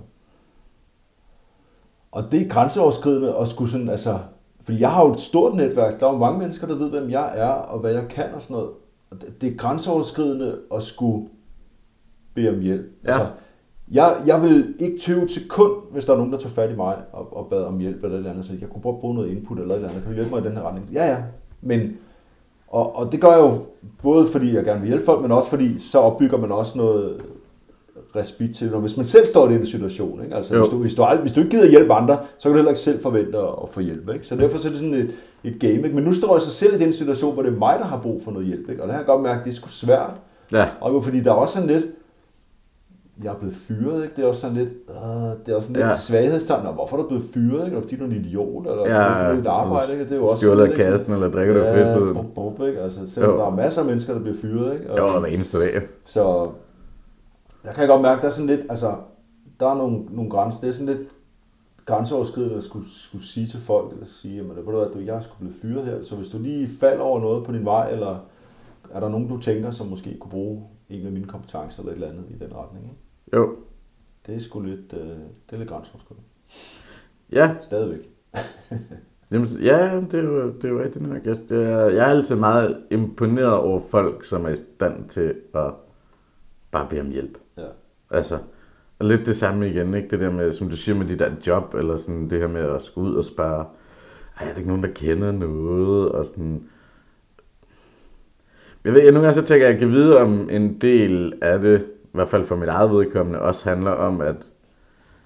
Og det er grænseoverskridende at skulle sådan, altså... Fordi jeg har jo et stort netværk. Der er jo mange mennesker, der ved, hvem jeg er, og hvad jeg kan og sådan noget. Og det er grænseoverskridende at skulle bede om hjælp. Ja. Altså, jeg vil ikke tøve et sekund, hvis der er nogen, der tog fat i mig og bad om hjælp eller et eller andet. Så jeg kunne prøve at bruge noget input eller et eller andet. Kan du hjælpe mig i den her retning? Ja. Men, og det gør jeg jo både fordi jeg gerne vil hjælpe folk, men også fordi så opbygger man også noget respekt til, hvis man selv står i den situation. Ikke? Altså, hvis du ikke gider hjælpe andre, så kan du heller ikke selv forvente at få hjælp. Ikke? Så derfor så er det sådan et game. Ikke? Men nu står jeg så selv i den situation, hvor det er mig, der har brug for noget hjælp. Ikke? Og det har jeg godt mærket, at det er sgu svært. Ja. Og fordi der er også sådan lidt, jeg er blevet fyret, ikke? Det er også sådan lidt, lidt svaghedstegn. Hvorfor er du blevet fyret? Ikke? Fordi du er en idiot, eller fordi du arbejde, ikke? Det er jo også stjålet af kassen, eller drikker du i fritiden. Ikke? Altså, selvom der er masser af mennesker, der bliver fyret, ikke? Jo, hver eneste dag. Så jeg kan godt mærke, der er sådan lidt, altså, der er nogle grænser, det er sådan lidt grænseoverskridende at skulle sige til folk, eller sige, jamen, jeg er sgu blevet fyret her, så hvis du lige falder over noget på din vej, eller er der nogen, du tænker, som måske kunne bruge en af mine kompetencer, eller et eller andet i den retning, ikke? Jo. Det er sgu lidt, det er lidt grænseoverskridende. Ja. Stadigvæk. Jamen, ja, det er jo rigtigt nok. Jeg er altid meget imponeret over folk, som er i stand til at bare bede om hjælp. Ja. Altså, og lidt det samme igen, ikke? Det der med, som du siger med dit der job, eller sådan det her med at skulle ud og spørge, er der ikke nogen, der kender noget, og sådan. Jeg ved, nogle gange så tænker jeg kan vide, om en del af det, i hvert fald for mit eget vedkommende, også handler om, at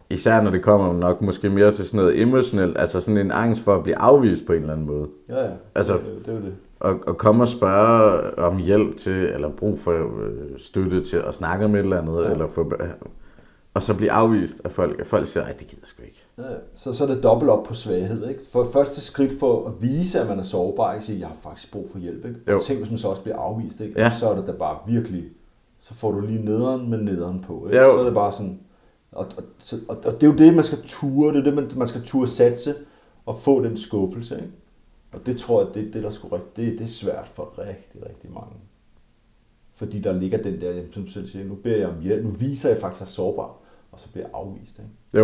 især når det kommer nok måske mere til sådan noget emotionelt, altså sådan en angst for at blive afvist på en eller anden måde. Ja, altså, det er jo det. At komme og spørge om hjælp til, eller brug for støtte til at snakke om et eller andet, eller få, og så blive afvist af folk. At folk siger, ej, det gider sgu ikke. Ja, så er det dobbelt op på svaghed, ikke? For første skridt for at vise, at man er sårbar, ikke? Sige, jeg har faktisk brug for hjælp, ikke? Og tænk, hvis man så også bliver afvist, ikke? Ja. Så er det da bare virkelig, så får du lige nederen med nederen på, ikke? Så er det bare sådan, og det er jo det, man skal ture, det er det, man skal ture satse og få den skuffelse, ikke? Og det tror jeg, det der sgu det er svært for rigtig, rigtig mange. Fordi der ligger den der, som du selv siger, nu beder jeg om hjælp, nu viser jeg faktisk, at jeg er sårbar, og så bliver jeg afvist, ikke?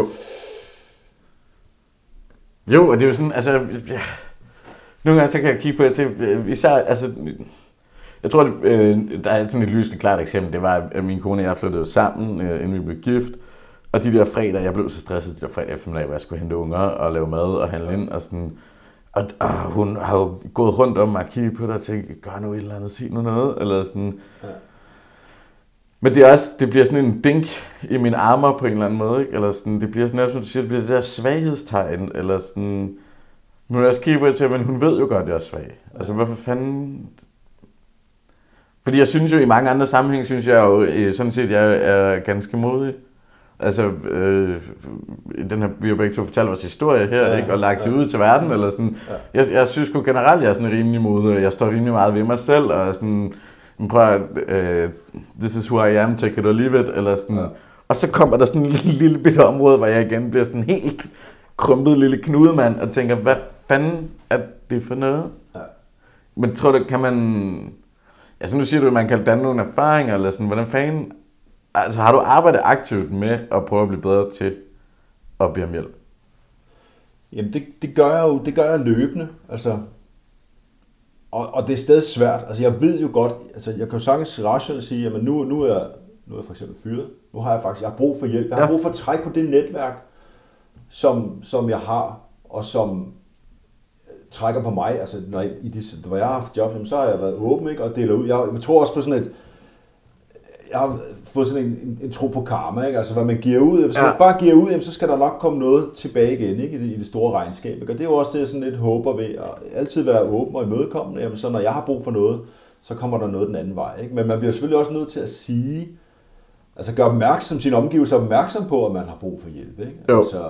Jo, og det er jo sådan, altså, ja. Nogle gange så kan jeg kigge på det til, især, altså, jeg tror, der er sådan et lysende klart eksempel, det var, at min kone og jeg flyttede sammen, inden vi blev gift, og de der fredag, jeg blev så stresset, de der fredag eftermiddag, hvor jeg skulle hente unger og lave mad og handle ind, og sådan, og hun har jo gået rundt om og kigget på det og tænkt, gør nu et eller andet, sig nu noget, eller sådan. Ja. Men det er også, det bliver sådan en dink i mine armer på en eller anden måde, ikke? Eller sådan, det bliver sådan, som du siger, det bliver det der svaghedstegn, eller sådan, men jeg også kigge på det til, men hun ved jo godt, at jeg er svag. Altså, hvorfor fanden? Fordi jeg synes jo, i mange andre sammenhæng, synes jeg jo, sådan set, jeg er ganske modig. Altså, den her, vi har begge to fortalt vores historie her, ikke? Og lagt det ud til verden, eller sådan. Ja. Jeg synes jo generelt, jeg er sådan rimelig modig, jeg står rimelig meget ved mig selv, og sådan, prøv at, this is who I am, take it or leave it, eller sådan. Ja. Og så kommer der sådan et lille bitte område, hvor jeg igen bliver sådan helt krumpet lille knudemand, og tænker, hvad fanden er det for noget? Ja. Men tror du, kan man, altså nu siger du, at man kan danne nogle erfaringer, eller sådan, hvordan fanden, altså har du arbejdet aktivt med at prøve at blive bedre til at bede om hjælp? Jamen det gør jeg løbende, altså. Og det er stadig svært. Altså jeg ved jo godt, altså jeg kan jo sagtens rationelt sige, at nu er jeg for eksempel fyret. Nu har jeg har brug for hjælp. Jeg har brug for at trække på det netværk, som jeg har, og som trækker på mig. Altså hvor jeg har haft job, så har jeg været åben, ikke, og deler ud. Jeg tror også på sådan et, jeg har fået sådan en tro på karma, ikke? Altså hvad man giver ud. Hvis man bare giver ud, jamen, så skal der nok komme noget tilbage igen, ikke? I det store regnskab. Ikke? Og det er jo også det, sådan lidt håber ved at altid være åben og imødekommende. Jamen, så når jeg har brug for noget, så kommer der noget den anden vej. Ikke? Men man bliver selvfølgelig også nødt til at sige, altså gøre opmærksom, sin omgivelser opmærksom på, at man har brug for hjælp. Ikke? Altså,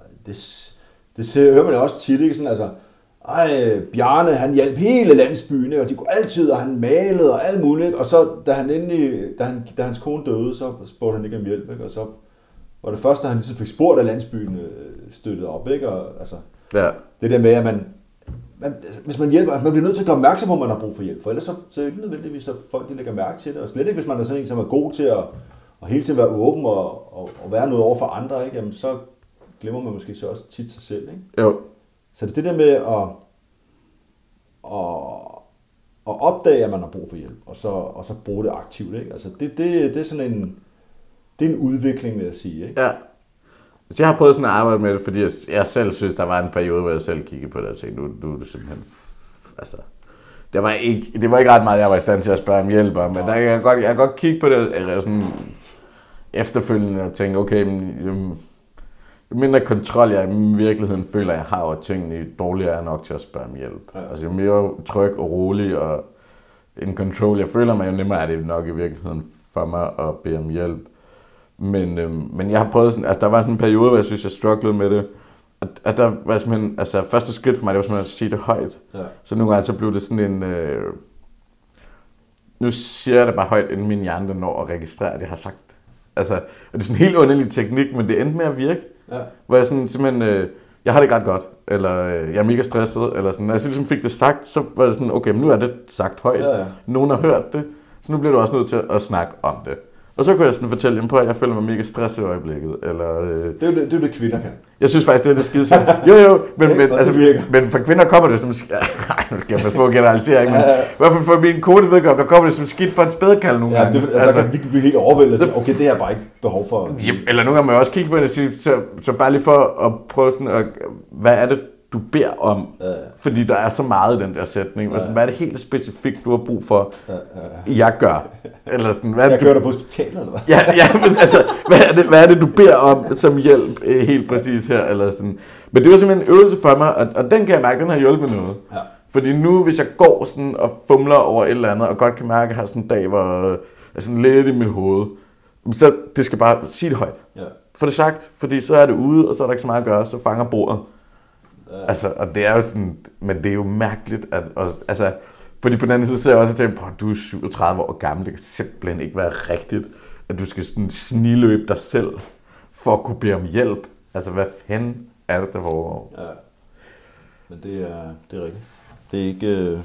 det hører man jo også tit, ikke? Sådan, altså, Bjarne, han hjalp hele landsbyen, ikke? Og de kunne altid, og han malede og alt muligt, ikke? Og så da hans kone døde, så spurgte han ikke om hjælp, ikke? Og så var det første, han ligesom fik spurgt, at landsbyen støttede op, ikke? Og altså, det der med, at man hvis man hjælper, man bliver nødt til at gøre opmærksom på, at man har brug for hjælp, for ellers så er det ikke nødvendigvis, at folk de lægger mærke til det, og slet ikke, hvis man er sådan en, som er god til at hele tiden være åben og være noget over for andre, ikke? Jamen, så glemmer man måske så også tit sig selv, ikke? Jo. Så det er det der med at opdage, at man har brug for hjælp, og så bruge det aktivt, ikke? Altså det er sådan en udvikling, vil jeg sige, ikke? Ja. Så jeg har prøvet sådan at arbejde med det, fordi jeg selv synes, der var en periode, hvor jeg selv kiggede på det og tænkte, nu er det simpelthen, altså, det var ikke ret meget, jeg var i stand til at spørge om hjælp om, men jeg kan godt kigge på det, eller sådan efterfølgende og tænke, okay, jo mindre kontrol jeg i virkeligheden føler, jeg har over tingene, jo dårligere er jeg nok til at spørge om hjælp. Ja. Altså jo mere tryg og rolig og in control jeg føler mig, jo nemmere er det nok i virkeligheden for mig at bede om hjælp. Men jeg har prøvet sådan, altså der var sådan en periode, hvor jeg synes, jeg strugglede med det. At der var simpelthen, altså første skridt for mig, det var simpelthen at sige det højt. Ja. Så nogle gange så blev det sådan en, nu siger jeg det bare højt, inden min hjerne når at registrere, at jeg har sagt. Altså, og det er sådan en helt underlig teknik, men det endte med at virke. Ja. Hvor jeg sådan simpelthen, jeg har det ikke ret godt, eller jeg er mega stresset, eller sådan. Når jeg så ligesom fik det sagt, så var det sådan, okay, men nu er det sagt højt. Ja. Nogen har hørt det, så nu bliver du også nødt til at snakke om det. Og så kunne jeg sådan fortælle dem på, at jeg føler mig mega stresset i øjeblikket. Eller, det er jo det kvinder kan. Jeg synes faktisk, det er skide svært. Jo, men for kvinder kommer det som... Nej, nu skal jeg passe på at generalisere, ikke? Men i hvert fald for min kone vedkommende, der kommer det som skidt for en spædekald nogle gange. Ja, der kan vi blive helt overvældet. Okay, det har jeg bare ikke behov for. Eller nogle gange må jeg også kigge på det og sige, så bare lige for at prøve sådan, hvad er det, du beder om, fordi der er så meget i den der sætning. Altså, hvad er det helt specifikt, du har brug for, jeg gør? Eller sådan, hvad jeg kører dig på hospitalet, eller hvad? Ja, altså, hvad er det, du beder om som hjælp helt præcis her? Eller sådan. Men det var simpelthen en øvelse for mig, og den kan jeg mærke, den har hjulpet noget. Ja. Fordi nu, hvis jeg går sådan og fumler over et eller andet, og godt kan mærke, at jeg har sådan en dag, hvor jeg er sådan lidt i mit hoved, så det skal bare sige det højt. Ja. Få det sagt, fordi så er det ude, og så er der ikke så meget at gøre, så fanger bordet. Ja. Altså, og det er jo sådan, men det er jo mærkeligt, at, altså, fordi på den anden side så er jeg også tænkt, du er 37 år gammel, det kan simpelthen ikke være rigtigt, at du skal sådan sniløbe dig selv, for at kunne bede om hjælp. Altså, hvad fanden er det, der foregår? Ja, men det er rigtigt. Det er ikke...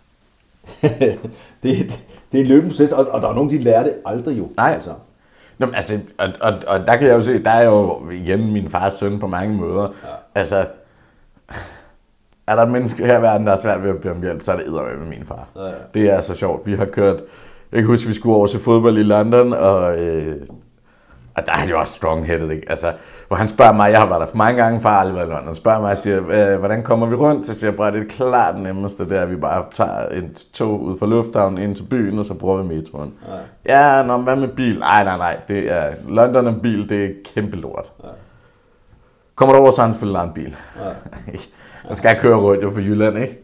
det er en løbende proces, og der er nogen, de lærer det aldrig jo. Nej. Altså, og der kan jeg jo se, der er jo igen min fars søn på mange måder. Ja. Altså, er der et menneske her i verden, der er svært ved at bede om hjælp, så er det eddermame med min far. Ja. Det er så sjovt. Vi har kørt, jeg kan huske, vi skulle over til fodbold i London, og der er det jo også strong-headed, ikke? Altså, hvor han spørger mig, jeg har været der for mange gange, far aldrig været i London, spørger mig og siger, hvordan kommer vi rundt? Så siger jeg bare, det er klart nemmeste, det er, at vi bare tager et tog ud fra lufthavnen ind til byen, og så bruger vi metroen. Ja, hvad med bil? Nej, det er London og bil, det er kæmpe lort. Ja. Kommer du over, så han selvfølgelig en bil. Ja. Man skal køre rundt jo for Jylland, ikke?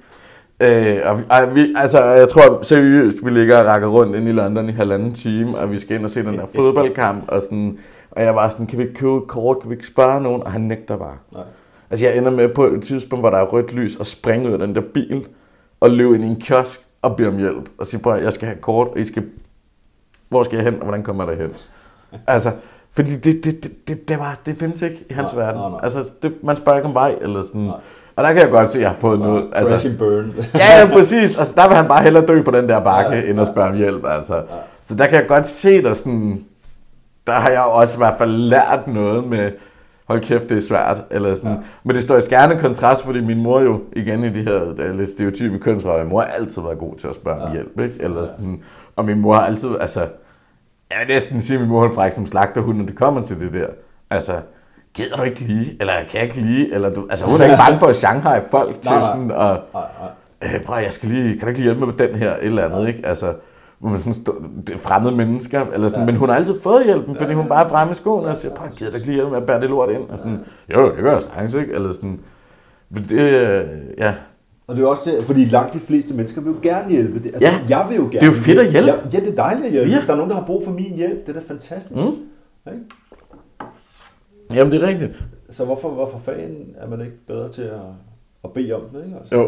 Jeg tror seriøst, vi ligger og rækker rundt ind i London i 1,5 time, og vi skal ind og se den der fodboldkamp, og sådan, og jeg var sådan, kan vi ikke købe et kort, kan vi ikke spare nogen? Og han nægter bare. Nej. Altså jeg ender med på et tidspunkt, hvor der er rødt lys, og springer ud af den der bil, og løber ind i en kiosk, og beder om hjælp, og siger bare, jeg skal have et kort, og hvor skal jeg hen, og hvordan kommer jeg derhen? Altså, fordi det findes ikke i hans verden. Nej. Altså, man spørger ikke om vej, eller sådan. Nej. Og der kan jeg godt se, at jeg har fået noget. Altså, crash and burn. ja, præcis. Altså, der vil han bare hellere dø på den der bakke, end at spørge om hjælp. Altså. Så der kan jeg godt se, der sådan, der har jeg også i hvert fald lært noget med, hold kæft, det er svært. Eller sådan. Ja. Men det står i skærende kontrast, fordi min mor jo, igen i de her lidt stereotype kønsroller, min mor har altid været god til at spørge om hjælp. Ikke? Eller sådan, og min mor har altid, altså, jeg vil næsten sige, at min mor er fræk som slagterhund, når det kommer til det der. Altså, gider du ikke lige, eller kan jeg ikke lige, eller du, altså hun er ikke bange for at Shanghai folk til sådan, og prøv, jeg skal lige, kan du ikke lige hjælpe mig med den her, et eller andet, ikke? Altså, hvor man sådan fremmede mennesker, eller sådan, men hun har altid fået hjælpen, fordi hun bare er fremme i skoene og siger, prøv, gider du ikke lige hjælpe med at bære det lort ind, og sådan, jo, jeg gør sagtens, ikke? Eller sådan, men det, ja. Og det er også det, fordi langt de fleste mennesker vil jo gerne hjælpe. Altså, ja, jeg vil jo gerne. Det er jo fedt at hjælpe. Ja, det er dejligt at hjælpe. Ja. Hvis der er nogen, der har brug for min hjælp, det er da fantastisk. Ja, ikke? Jamen, det er rigtigt. Så hvorfor fanden er man ikke bedre til at bede om det, ikke? Altså. Jo.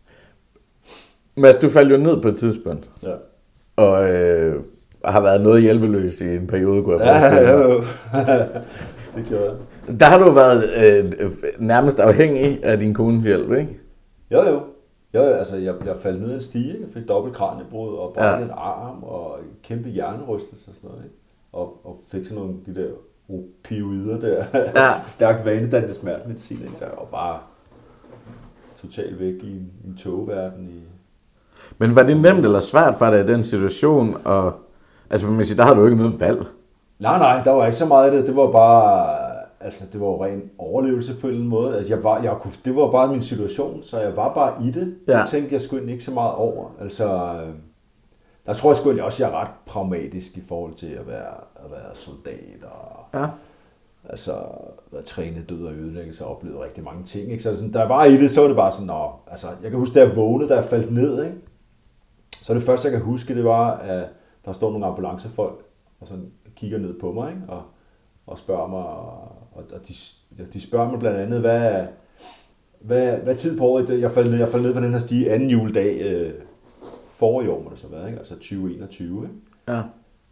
Mads, du faldt jo ned på et tidspunkt. Ja. Og har været noget hjælpeløs i en periode, kunne jeg forestille mig. Ja, det gjorde jeg. Der har du været nærmest afhængig af din kones hjælp, ikke? Jo, altså jeg faldt ned i en stige, jeg fik dobbelt kraniebrud og brændte en arm og kæmpe hjernerystelse og sådan noget, ikke? Og fik sådan nogle de der opioider der, stærkt vanedannende smertemedicin, ikke? Så jeg var bare totalt væk i en togverden. Men var det nemt eller svært for dig i den situation? Og, altså, man siger, der havde du jo ikke noget valg. Nej, der var ikke så meget af det. Det var bare, altså, det var jo ren overlevelse på en eller anden måde. Altså, det var bare min situation, så jeg var bare i det. Ja. Jeg tænkte, jeg skulle ikke så meget over. Altså, der tror jeg sgu også, jeg er ret pragmatisk i forhold til at være soldat og altså været trænet, død og ødelæggelse og oplevet rigtig mange ting. Ikke? Så sådan, der var i det, så var det bare sådan, altså, jeg kan huske, da jeg vågnede, da jeg faldt ned, ikke? Så det første, jeg kan huske, det var, at der står nogle ambulancefolk og sådan kigger ned på mig, ikke? Og spørger mig, og de spørger mig blandt andet, hvad tid på året, jeg faldt ned på den her stige anden juledag, forrige år må det så være, ikke? Altså 2021, ikke? Ja.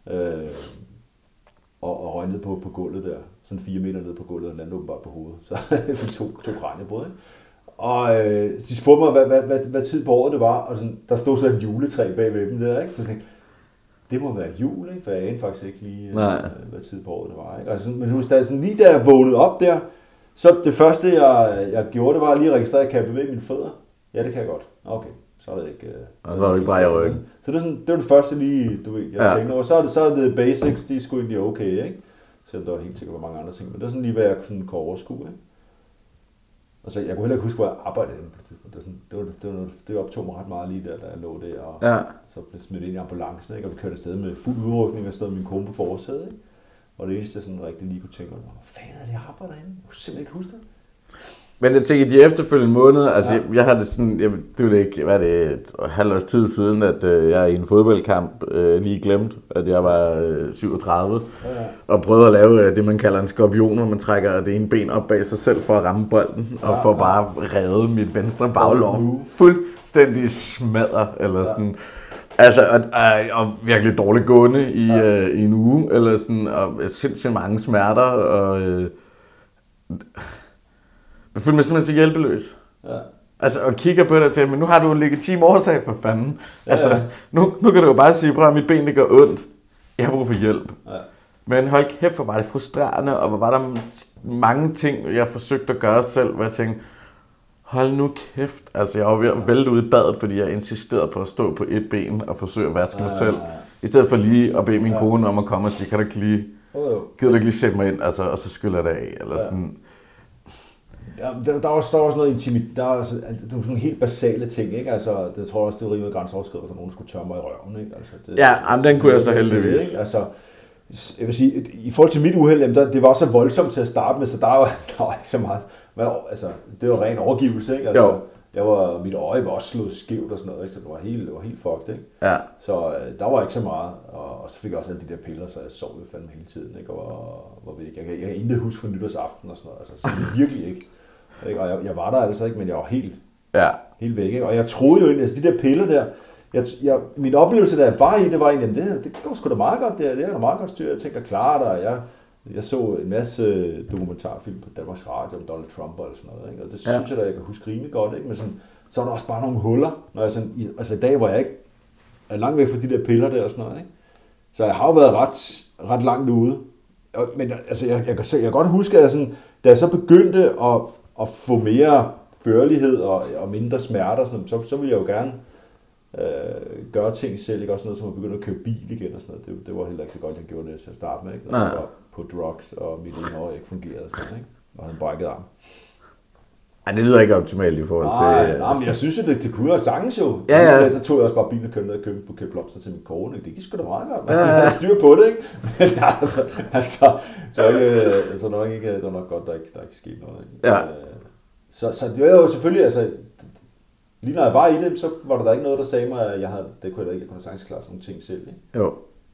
Og røg ned på gulvet der, sådan 4 meter ned på gulvet, og landede åbenbart på hovedet. Så jeg fik to kraniebrud, ikke? Og de spurgte mig, hvad tid på året det var, og sådan, der stod så et juletræ bag ved dem der, ikke? Så jeg tænkte, det må være jul, ikke? For jeg anede faktisk ikke lige, hvad tid på året det var, ikke? Altså, men sådan, lige da jeg vågnede op der, så det første, jeg gjorde, det var lige at registrere, at jeg kan bevæge mine fødder. Ja, det kan jeg godt. Okay. Så er det ikke... så er det ikke bare i ryggen. Så det var det første lige, du ved, jeg tænkte over. Så er det basics, de er sgu egentlig okay, ikke? Selvom der var helt sikkert mange andre ting. Men det er sådan lige, hvad jeg kunne overskue, ikke? Altså, jeg kunne heller ikke huske, hvor jeg arbejdede henne på det tidspunkt. Det optog mig ret meget lige der, da jeg lå der, og så blev smidt ind i ambulancen, ikke? Og vi kørte afsted med fuld udrykning, og stod min kone på forsædet, ikke? Og det eneste, jeg sådan rigtig lige kunne tænke mig, hvor fanden er det, jeg arbejder henne? Jeg kunne simpelthen ikke huske det. Men jeg tænker, de efterfølgende måneder, altså jeg har det sådan, det var det ikke, hvad det et halvt års tid siden, at jeg i en fodboldkamp lige glemte, at jeg var 37, og prøvede at lave det, man kalder en skorpion, hvor man trækker det ene ben op bag sig selv for at ramme bolden, og for bare revet mit venstre baglov fuldstændig smadret, eller sådan. Altså, og virkelig dårligt gående i en uge, eller sådan, og sindssygt mange smerter, og jeg føler mig simpelthen så hjælpeløs. Ja. Altså, og kigger på det og tænker, men nu har du en legitim årsag for fanden. Ja. Altså, nu kan du jo bare sige, prøv at mit ben det gør ondt. Jeg har brug for hjælp. Ja. Men hold kæft, hvor var det frustrerende, og hvor var der mange ting, jeg forsøgte at gøre selv, hvor jeg tænkte, hold nu kæft. Altså, jeg var ved at vælte ud i badet, fordi jeg insisterede på at stå på et ben og forsøge at vaske mig selv. I stedet for lige at bede min kone om at komme og sige, kan du ikke lige, gider du ikke lige sætte mig ind, altså, og så skyller det af, eller sådan. Der var også noget intimt, der var sådan nogle helt basale ting, ikke? Altså, det tror jeg også, det var rimelig grænseoverskridende, at nogen skulle tørre mig i røven, ikke? Altså, men den kunne jeg så heldigvis. Altså, jeg vil sige, i forhold til mit uheld, det var også så voldsomt til at starte med, så der var ikke så meget. Men altså, det var ren overgivelse, ikke? Altså, mit øje var også slået skævt og sådan noget, ikke? Så det var helt fucked, ikke? Ja. Så der var ikke så meget, og så fik jeg også alle de der piller, så jeg sov jo fandme hele tiden, ikke? Og var væk. Jeg kan intet huske for nytårsaften og sådan noget, altså virkelig ikke. Og jeg var der altså ikke, men jeg var helt væk, ikke? Og jeg troede jo egentlig, altså de der piller der, min oplevelse, da jeg var i, det var egentlig, det går sgu da meget godt, det er da meget godt styr, jeg tænker, klarer dig, jeg så en masse dokumentarfilm på Danmarks Radio om Donald Trump og sådan noget, ikke? Og det synes jeg da, jeg kan huske rimelig godt, ikke? Men sådan, så var der også bare nogle huller, når jeg sådan, altså i dag var jeg ikke langt væk fra de der piller der og sådan noget, ikke? Så jeg har jo været ret langt ude, men altså jeg kan godt huske, at sådan, da jeg så begyndte at få mere førlighed og mindre smerter, så ville jeg jo gerne gøre ting selv, ikke? Også noget som at begynde at køre bil igen og sådan noget. Det var heller ikke så godt, jeg gjorde det til at starte med, ikke? Jeg var på drugs, og mit ene øje ikke fungerede og sådan, ikke? Og havde en brækket arm. Ej, det lyder ikke optimalt i forhold til... Nej, men jeg synes jo, det kunne jeg sagtens jo. Ja. Så tog jeg også bare bilen og kørte ned og købte blomster til min kone, ikke? Det gik sgu da meget godt. Man havde styr på det, ikke? Men så nok ikke, det var nok godt, der ikke skete noget, ikke? Ja. Så det var jo selvfølgelig, altså... Lige når jeg var i det, så var der ikke noget, der sagde mig, at jeg kunne sagtens klare sådan nogle ting selv, ikke? Jo.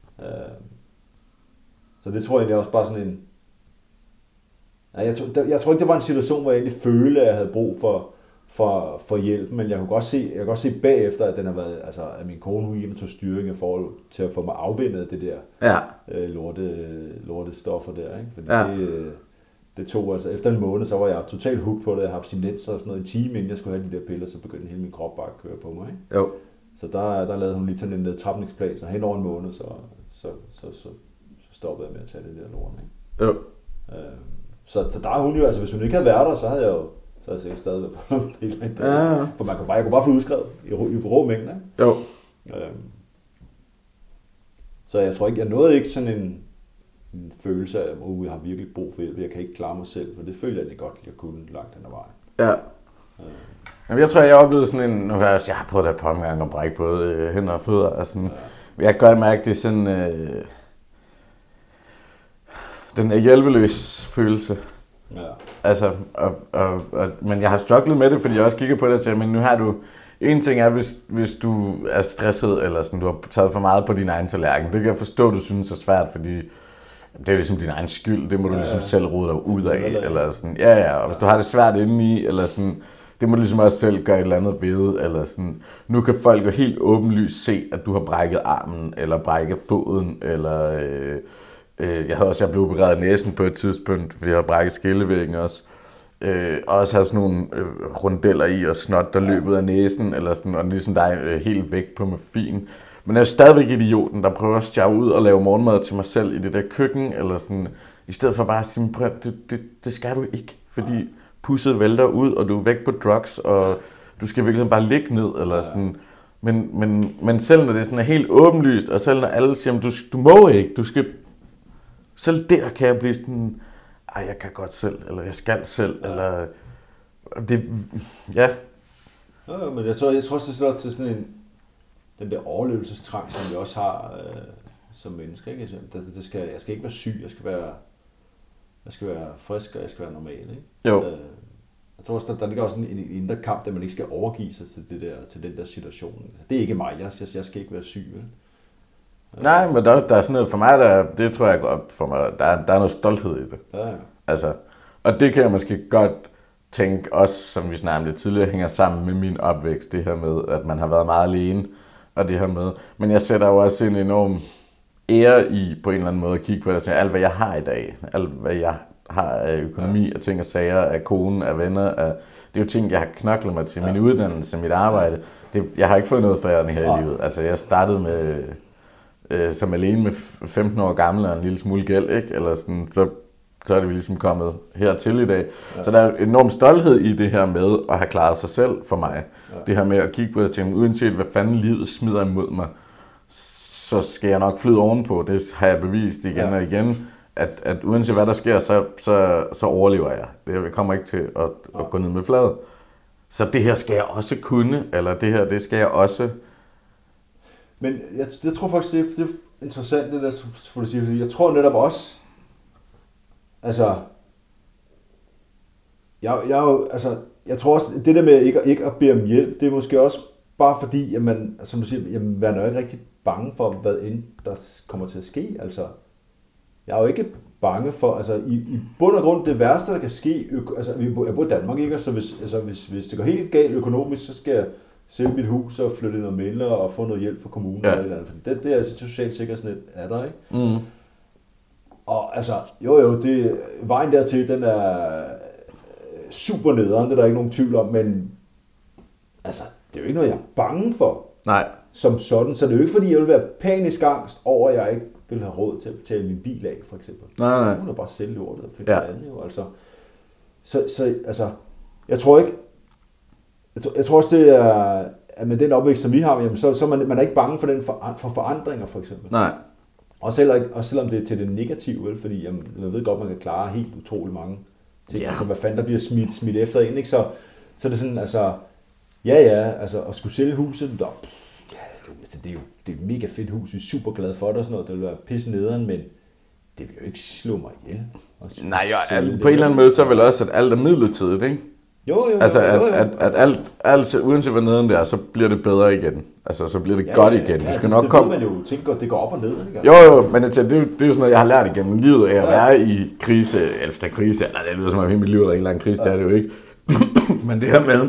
Så det tror jeg egentlig også bare sådan en... Jeg tror ikke, det var en situation, hvor jeg egentlig følte, at jeg havde brug for hjælp, men jeg kunne godt se bagefter, at den har været, altså, at min kone hun tog styring i forhold til at få mig afvendet det der lorte stoffer der, ikke? Fordi det tog altså, efter en måned, så var jeg totalt hooked på det, jeg havde abstinenser og sådan noget, en time inden jeg skulle have de der piller, så begyndte hele min krop bare at køre på mig, ikke? Jo. Så der lavede hun lige sådan en nedtrapningsplan, så hen over en måned, så stoppede jeg med at tage det der lort, ikke? Jo. Så der er hun jo, altså hvis hun ikke havde været der, så havde jeg sikkert stadig været på nogle piller. For jeg kunne bare få udskrevet i rå mængde, ikke? Jo. Så jeg tror ikke, jeg nåede ikke sådan en følelse af, at jeg har virkelig brug for hjælp, jeg kan ikke klare mig selv, for det følte jeg egentlig godt, jeg kunne langt den ad vejen. Ja. Jamen, jeg tror, jeg oplevede sådan en, jeg har prøvet det et par gange at brække både hænder og fødder, og sådan, jeg kan godt mærke, det er sådan, den er hjælpeløs følelse. Ja. Altså, men jeg har strugglet med det, fordi jeg også kigger på det til, men nu har du, en ting er, hvis du er stresset, eller sådan, du har taget for meget på din egen tallerken, det kan jeg forstå, du synes er svært, fordi det er ligesom din egen skyld, det må du ligesom selv rode dig ud af, eller sådan, og hvis du har det svært indeni, eller sådan, det må du ligesom også selv gøre et eller andet ved, eller sådan, nu kan folk jo helt åbenlyst se, at du har brækket armen, eller brækket foden, eller jeg blev opereret næsen på et tidspunkt, fordi jeg har brækket skillevæggen også, og også havde sådan nogle rundeller i og snot, der løb ud af næsen, eller sådan, og ligesom der er helt væk på morfin. Men jeg er stadigvæk idioten, der prøver at stjære ud og lave morgenmad til mig selv i det der køkken, eller sådan, i stedet for bare at sige, det skal du ikke, fordi pusset vælter ud, og du er væk på drugs, og du skal virkelig bare ligge ned, eller sådan. Men selv når det sådan er helt åbenlyst, og selv når alle siger, du må ikke, du skal... Selv der kan jeg blive sådan, jeg kan godt selv, eller jeg skal selv, eller... ja. Ja, men jeg tror også, det er sådan en, den der overlevelsestrang, som vi også har som mennesker. Ikke? Jeg skal ikke være syg, jeg skal være frisk, og jeg skal være normal. Ikke? Jo. Jeg tror også, der ligger også en indre kamp, at man ikke skal overgive sig til den der situation. Det er ikke mig, jeg skal ikke være syg. Vel? Nej, men der er sådan noget, for mig, det tror jeg godt for mig, der er noget stolthed i det. Ja. Altså, og det kan jeg måske godt tænke også, som vi snakkede lidt tidligere, hænger sammen med min opvækst, det her med, at man har været meget alene, og det her med. Men jeg sætter jo også en enorm ære i, på en eller anden måde, at kigge på det, og tænke, alt hvad jeg har i dag, alt hvad jeg har af økonomi, af ting og sager, af kone, af venner, det er jo ting, jeg har knoklet mig til, min uddannelse, mit arbejde. Jeg har ikke fået noget for her i livet. Altså, jeg startede med som alene med 15 år gammel og en lille smule gæld, ikke? Eller sådan, så er det vi ligesom kommet hertil i dag. Ja. Så der er enorm stolthed i det her med at have klaret sig selv for mig. Ja. Det her med at kigge på det og tænke, uanset hvad fanden livet smider imod mig, så skal jeg nok flyde ovenpå. Det har jeg bevist igen og igen, at uanset hvad der sker, så overlever jeg. Jeg kommer ikke til at gå ned med fladet. Så det her skal jeg også kunne, eller det skal jeg også. Men jeg tror faktisk, det er interessant, det der, fordi jeg tror netop også, altså, jeg tror også, det der med ikke at bede om hjælp, det er måske også bare fordi, at man, som du siger, man er jo ikke rigtig bange for, hvad end der kommer til at ske, altså. Jeg er jo ikke bange for, altså i bund og grund, det værste, der kan ske, altså jeg bor i Danmark, ikke? Så hvis det går helt galt økonomisk, så skal jeg sælge mit hus og flytte noget mælder og få noget hjælp fra kommunen eller et eller andet. Det er altså socialt sikkerhedsnet er der, ikke? Mm. Og altså, det vejen dertil, den er super nederen, det er der ikke nogen tvivl om, men altså, det er jo ikke noget, jeg er bange for. Nej. Som sådan, så det er jo ikke fordi, jeg vil være panisk angst over, at jeg ikke vil have råd til at betale min bil af, for eksempel. Nej. Hun er bare sælge lortet og finde andet jo, altså. Så altså, jeg tror ikke, jeg tror også, det er, at med den opvækst, som vi har, jamen, så man er ikke bange for forandringer, for eksempel. Nej. Og selvom det er til det negative, vel, fordi jamen, man ved godt, man kan klare helt utrolig mange ting. Ja. Altså, hvad fanden der bliver smidt efter en, ikke? Så er det sådan, altså, altså, at skulle sælge huset, det er et mega fedt hus, vi er super glade for det og sådan noget, det vil være pisse nederen, men det vil jo ikke slå mig ihjel. Nej, på en eller anden måde, så er vel også, at alt er midlertidigt, ikke? Jo. Altså, at alt, uanset hvad neden der, så bliver det bedre igen. Altså, så bliver det godt igen. Du skal nok komme. Man jo tænke godt, det går op og ned, ikke? Jo, men det er jo sådan noget, jeg har lært igennem livet af at være i krise, efter krise. Nej, det lyder som om hele mit liv er en eller anden krise, det er det jo ikke. Men det her med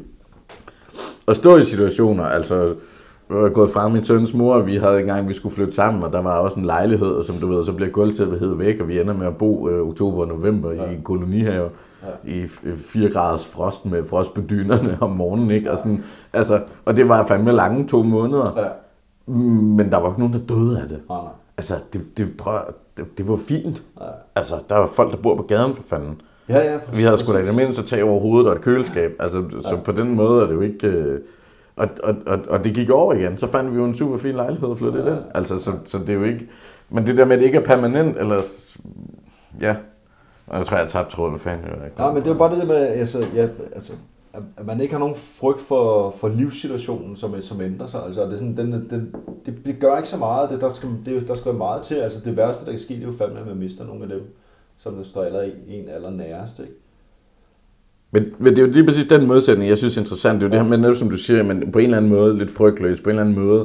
at stå i situationer, altså, vi var gået fra min søns mor, og vi havde engang, vi skulle flytte sammen, og der var også en lejlighed, og som du ved, så bliver gulvtæppet hevet væk, og vi ender med at bo oktober og november i en kolonihave i 4 graders frost med frost på dynerne om morgenen, ikke? Og, sådan, altså, og det var fandme lange 2 måneder, men der var ikke nogen, der døde af det. Altså, det var fint. Altså, der var folk, der bor på gaden for fanden. Vi havde sgu da i det mindste tag over hovedet og et køleskab, altså, så på den måde er det jo ikke. Og det gik over igen, så fandt vi jo en super fin lejlighed og flyttede den. Altså, så det er jo ikke. Men det der med, at det ikke er permanent, eller. Ja. Og jeg tror, jeg tabte tråden med fanden. Ja, men det er bare det der med, at man ikke har nogen frygt for livssituationen, som ændrer sig. Altså, det, er sådan, det gør ikke så meget. Der skal være meget til. Altså, det værste, der kan ske, det er jo fandme, at man mister nogle af dem, som der står aller nærmest, ikke? Men det er jo lige præcis den modsætning, jeg synes er interessant. Det er jo det her med noget, som du siger, men på en eller anden måde lidt frygtløs, på en eller anden måde.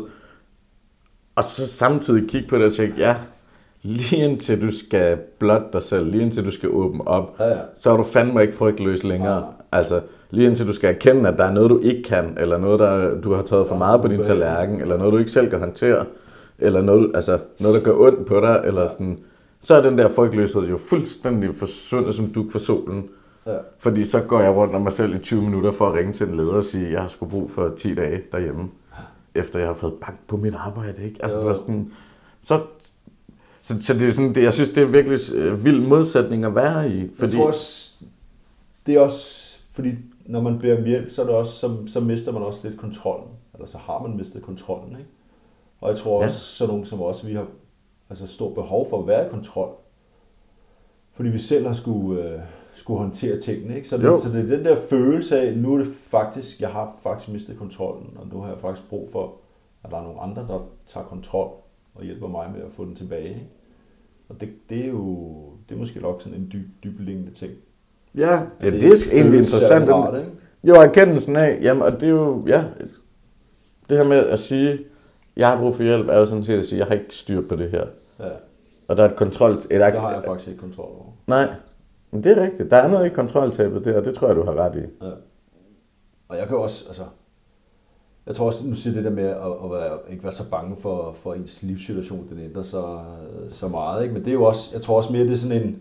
Og så samtidig kigge på det og tænke, lige indtil du skal blotte dig selv, lige indtil du skal åbne op, så er du fandme ikke frygtløs længere. Altså, lige indtil du skal erkende, at der er noget, du ikke kan, eller noget, du har taget for meget på din tallerken, eller noget, du ikke selv kan håndtere, eller noget, noget der gør ondt på dig, eller sådan. Så er den der frygtløshed jo fuldstændig forsvundet som dug for solen. Ja. Fordi så går jeg rundt om mig selv i 20 minutter for at ringe til en leder og sige, at jeg har sgu brug for 10 dage derhjemme, efter jeg har fået bank på mit arbejde, ikke? Altså, sådan, så det er sådan, jeg synes, det er virkelig vild modsætning at være i. Fordi jeg tror også, det er også, fordi når man beder om hjælp, så er det også, så mister man også lidt kontrollen. Eller så har man mistet kontrollen, ikke? Og jeg tror også, så nogen som os, vi har stort behov for at være i kontrol. Fordi vi selv har skulle skulle håndtere tingene, ikke? Så det er den der følelse af, nu er det faktisk, jeg har faktisk mistet kontrollen, og nu har jeg faktisk brug for, at der er nogle andre, der tager kontrol og hjælper mig med at få den tilbage, ikke? Og det er jo, det er måske nok sådan en dybliggende ting. Ja, det er egentlig interessant. Rart, jo, erkendelsen af, jamen, og det er jo, det her med at sige, jeg har brug for hjælp, er jo sådan set at sige, jeg har ikke styr på det her. Ja. Og der er et kontrol... Det har jeg faktisk ikke kontrol over. Nej, men det er rigtigt. Der er noget i kontroltabet der, og det tror jeg, du har ret i. Ja. Og jeg kan også, altså... Jeg tror også, nu siger det der med ikke være så bange for ens livssituation, den ændrer så meget, ikke? Men det er jo også, jeg tror også mere, det er sådan en...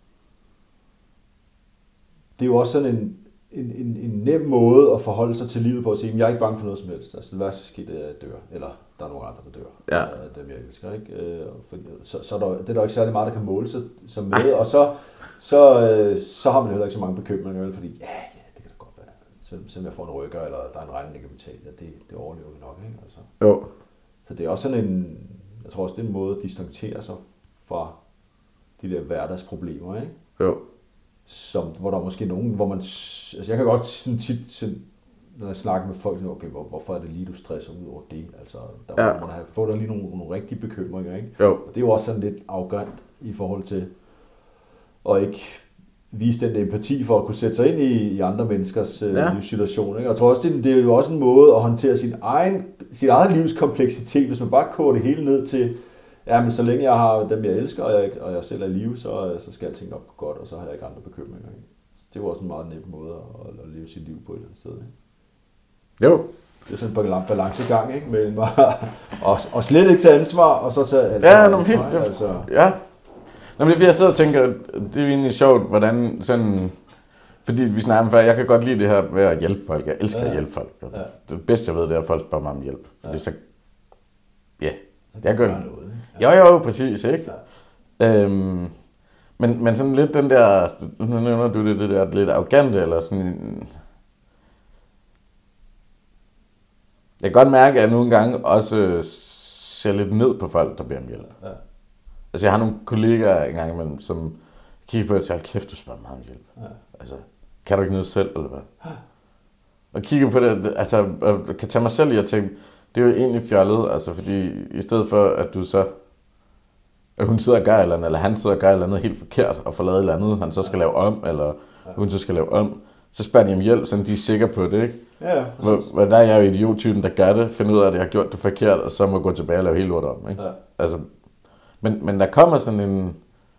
Det er jo også sådan en nem måde at forholde sig til livet på, at sige, jeg er ikke bange for noget som helst. Altså det værste sker, det er, at jeg dør. Eller der er nogle andre, der dør. Ja. Dem jeg elsker, ikke? Så det er der ikke særlig meget, der kan måle sig med. Og så har man heller ikke så mange bekymringer, fordi det kan da godt være. Selvom jeg får en rykker, eller der er en regning, jeg kan betale, det overlever vi nok, ikke? Altså. Jo. Så det er også sådan jeg tror også, det er en måde at distancere sig fra de der hverdagsproblemer, ikke? Jo. Hvor der er måske nogen, hvor man... Altså jeg kan godt sådan tit, når jeg snakker med folk, okay, hvorfor er det lige, du stresser ud over det? Altså, der må man få der lige nogle rigtige bekymringer, ikke? Jo. Og det er jo også sådan lidt arrogant i forhold til at ikke vise den empati for at kunne sætte sig ind i andre menneskers livssituation, ikke? Og jeg tror også, det er jo også en måde at håndtere sit eget livs kompleksitet, hvis man bare koger det hele ned til... Ja, men så længe jeg har dem, jeg elsker, og jeg selv er i live, så skal alting nok gå godt, og så har jeg ikke andre bekymringer. Ikke? Det er jo også en meget nem måde at leve sit liv på et eller andet sted. Ikke? Jo. Det er sådan en balancegang, ikke? Mellem og slet ikke tage ansvar, og så tage ansvar. Ja, nogle helt... Altså. Ja. Nå, men det jeg sidder og tænker, det er egentlig sjovt, hvordan sådan... Fordi vi snakker om før, jeg kan godt lide det her med at hjælpe folk. Jeg elsker at hjælpe folk. Ja. Det bedste, jeg ved, det er, at folk spørger mig om hjælp. Fordi så... Ja. Jeg gør noget. Jo, præcis, ikke? Ja. Men sådan lidt den der, nu nævner du det der lidt arrogante, eller sådan... Jeg kan godt mærke, at jeg nogle gange også ser lidt ned på folk, der beder om hjælp. Ja. Altså jeg har nogle kollegaer en gang imellem, som kigger på og siger, kæft, du spørger mig om hjælp. Ja. Altså, kan du ikke noget selv, eller hvad? Ja. Og kigger på det, altså, kan tage mig selv i at tænke, det er jo egentlig fjollet, altså fordi i stedet for, at du så, at hun sidder og gør et eller andet, eller han sidder og gør et eller andet helt forkert, og får lavet et eller andet, han så skal lave om, eller hun så skal lave om, så spørger de om hjælp, så de er sikre på det, ikke? Ja, hvor der er jeg jo idiottypen, der gør det, finder ud af, at jeg har gjort det forkert, og så må gå tilbage og lave hele lortet om, ikke? Ja. Altså, men der kommer sådan en,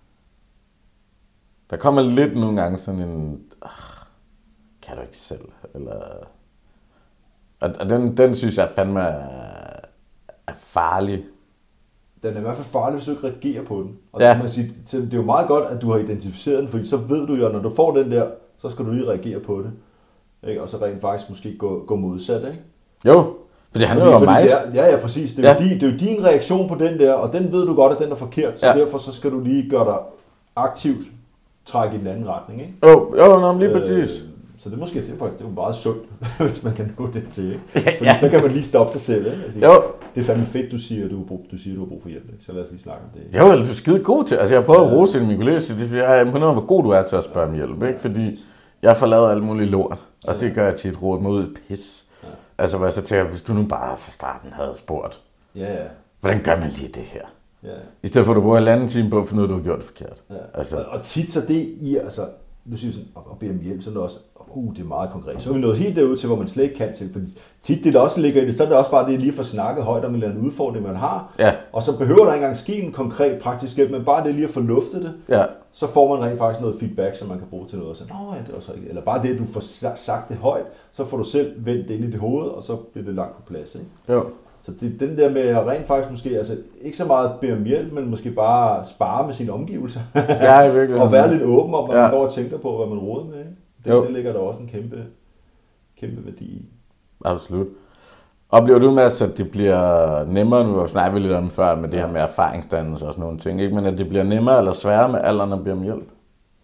der kommer lidt nogle gange sådan en, kan du ikke selv, eller... Og den synes jeg fandme er farlig. Den er i hvert fald farlig, hvis du ikke reagerer på den. Og man sige, det er jo meget godt, at du har identificeret den, fordi så ved du jo, når du får den der, så skal du lige reagere på det. Ikke? Og så rent faktisk måske gå modsat, ikke? Jo, for det handler jo om mig. Ja, præcis. Det er jo din reaktion på den der, og den ved du godt, at den er forkert. Så derfor så skal du lige gøre dig aktivt trække i den anden retning, ikke? Jo, lige præcis. Så det er det er jo meget sundt, hvis man kan nå det til, ikke? Fordi så kan man lige stoppe sig selv, ikke? Altså, det er fandme fedt, du siger, du har brug for hjælp, ikke? Så lad os lige snakke om det. Jo, du er skide god til. Altså, jeg prøver at rose min kollega, så jeg er imponeret, hvor god du er til at spørge om hjælp, ikke? Fordi jeg får lavet alt muligt lort, og det gør jeg til et råd mod et pis. Ja. Altså, hvad så tænker, hvis du nu bare fra starten havde spurgt, hvordan gør man lige det her? Ja. I stedet for, at du bruger 1,5 time på at finde ud af, at du har gjort det forkert. Ja. Altså. Og tit så det i, altså, nu siger vi sådan, at bede om hjælp, så er det også, det er meget konkret. Så er vi nået helt derud til, hvor man slet ikke kan til, fordi tit det, der også ligger i det, så er det også bare det lige for at snakke højt om en eller anden udfordring, man har. Ja. Og så behøver der ikke engang ske en konkret praktisk hjælp, men bare det lige at få luftet det, så får man rent faktisk noget feedback, som man kan bruge til noget. Og så, det var så ikke. Eller bare det, at du får sagt det højt, så får du selv vendt det ind i det hoved, og så bliver det lagt på plads. Ikke? Jo. Så det den der med at rent faktisk måske, altså ikke så meget bede om hjælp, men måske bare spare med sine omgivelser. Ja, virkelig. Og være lidt åben om, hvad man går og tænker på, hvad man råder med. Det ligger der også en kæmpe værdi i. Absolut. Oplever du, Mads, at det bliver nemmere, nu snakker vi lidt om før, med det her med erfaringsdannelse og sådan nogle ting, ikke? Men at det bliver nemmere eller sværere med alderen at bede om hjælp?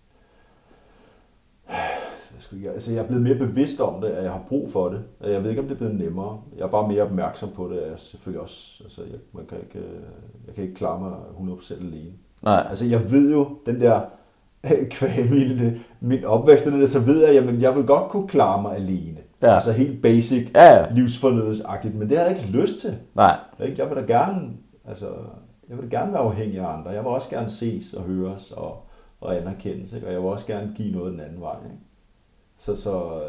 Altså, jeg er blevet mere bevidst om det, at jeg har brug for det. Jeg ved ikke, om det er blevet nemmere. Jeg er bare mere opmærksom på det. Jeg selvfølgelig også, altså, jeg kan ikke klare mig 100% alene. Nej. Altså, jeg ved jo, den der kvæg min opvækst, så ved jeg, jamen jeg vil godt kunne klare mig alene. Ja. Altså helt basic, livsfornødesagtigt, men det har jeg ikke lyst til. Nej. Jeg vil da gerne, jeg vil gerne være afhængig af andre. Jeg vil også gerne ses og høres og anerkendes, ikke? Og jeg vil også gerne give noget den anden vej. Ikke?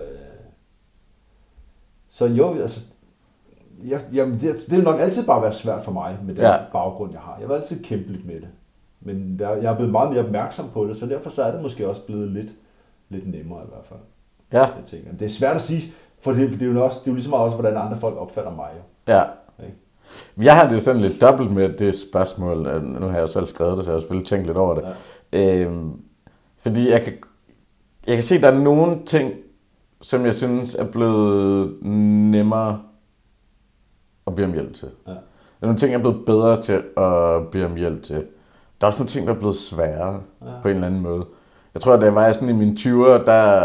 Så jo, altså, det vil nok altid bare være svært for mig med den baggrund, jeg har. Jeg vil altid kæmpe lidt med det. Men jeg er blevet meget mere opmærksom på det, så derfor så er det måske også blevet lidt nemmere i hvert fald. Ja. Jeg tænker. Det er svært at sige, for det er jo lige meget også, hvordan andre folk opfatter mig. Jo. Ja. Jeg har det sådan lidt dobbelt med det spørgsmål. Nu har jeg jo selv skrevet det, så jeg har selvfølgelig tænkt lidt over det. Ja. Fordi jeg kan se, at der er nogle ting, som jeg synes er blevet nemmere at bede om hjælp til. Ja. Der er nogle ting, jeg er blevet bedre til at bede om hjælp til. Der er også nogle ting, der er blevet sværere på en eller anden måde. Jeg tror, at da jeg var sådan i mine 20'er,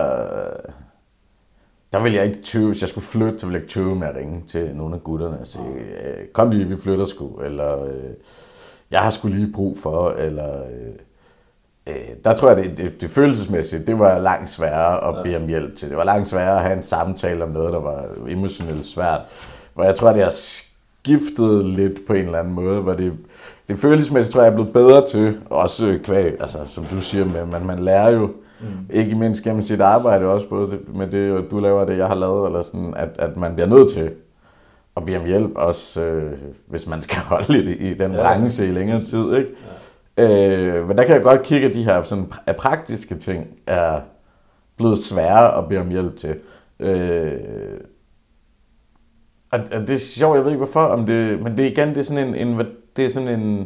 der ville jeg ikke tøve, hvis jeg skulle flytte, så ville jeg ikke tøve med at ringe til nogle af gutterne og sige, kom lige, vi flytter sgu, eller jeg har sgu lige brug for, eller der tror jeg, det følelsesmæssigt, det var langt sværere at bede om hjælp til. Det var langt sværere at have en samtale om noget, der var emotionelt svært. Hvor jeg tror, at jeg skiftet lidt på en eller anden måde, hvor det følelsesmæssigt tror jeg er blevet bedre til, også kvæg, altså som du siger, med, man lærer jo, ikke mindst gennem sit arbejde også, både med det, du laver det, jeg har lavet, eller sådan, at man bliver nødt til at bede om hjælp, også hvis man skal holde lidt i den branche i længere tid, ikke? Ja. Men der kan jeg godt kigge, at de her sådan, praktiske ting er blevet svære at bede om hjælp til. Og det er sjovt, jeg ved ikke hvorfor, men det igen, det er sådan en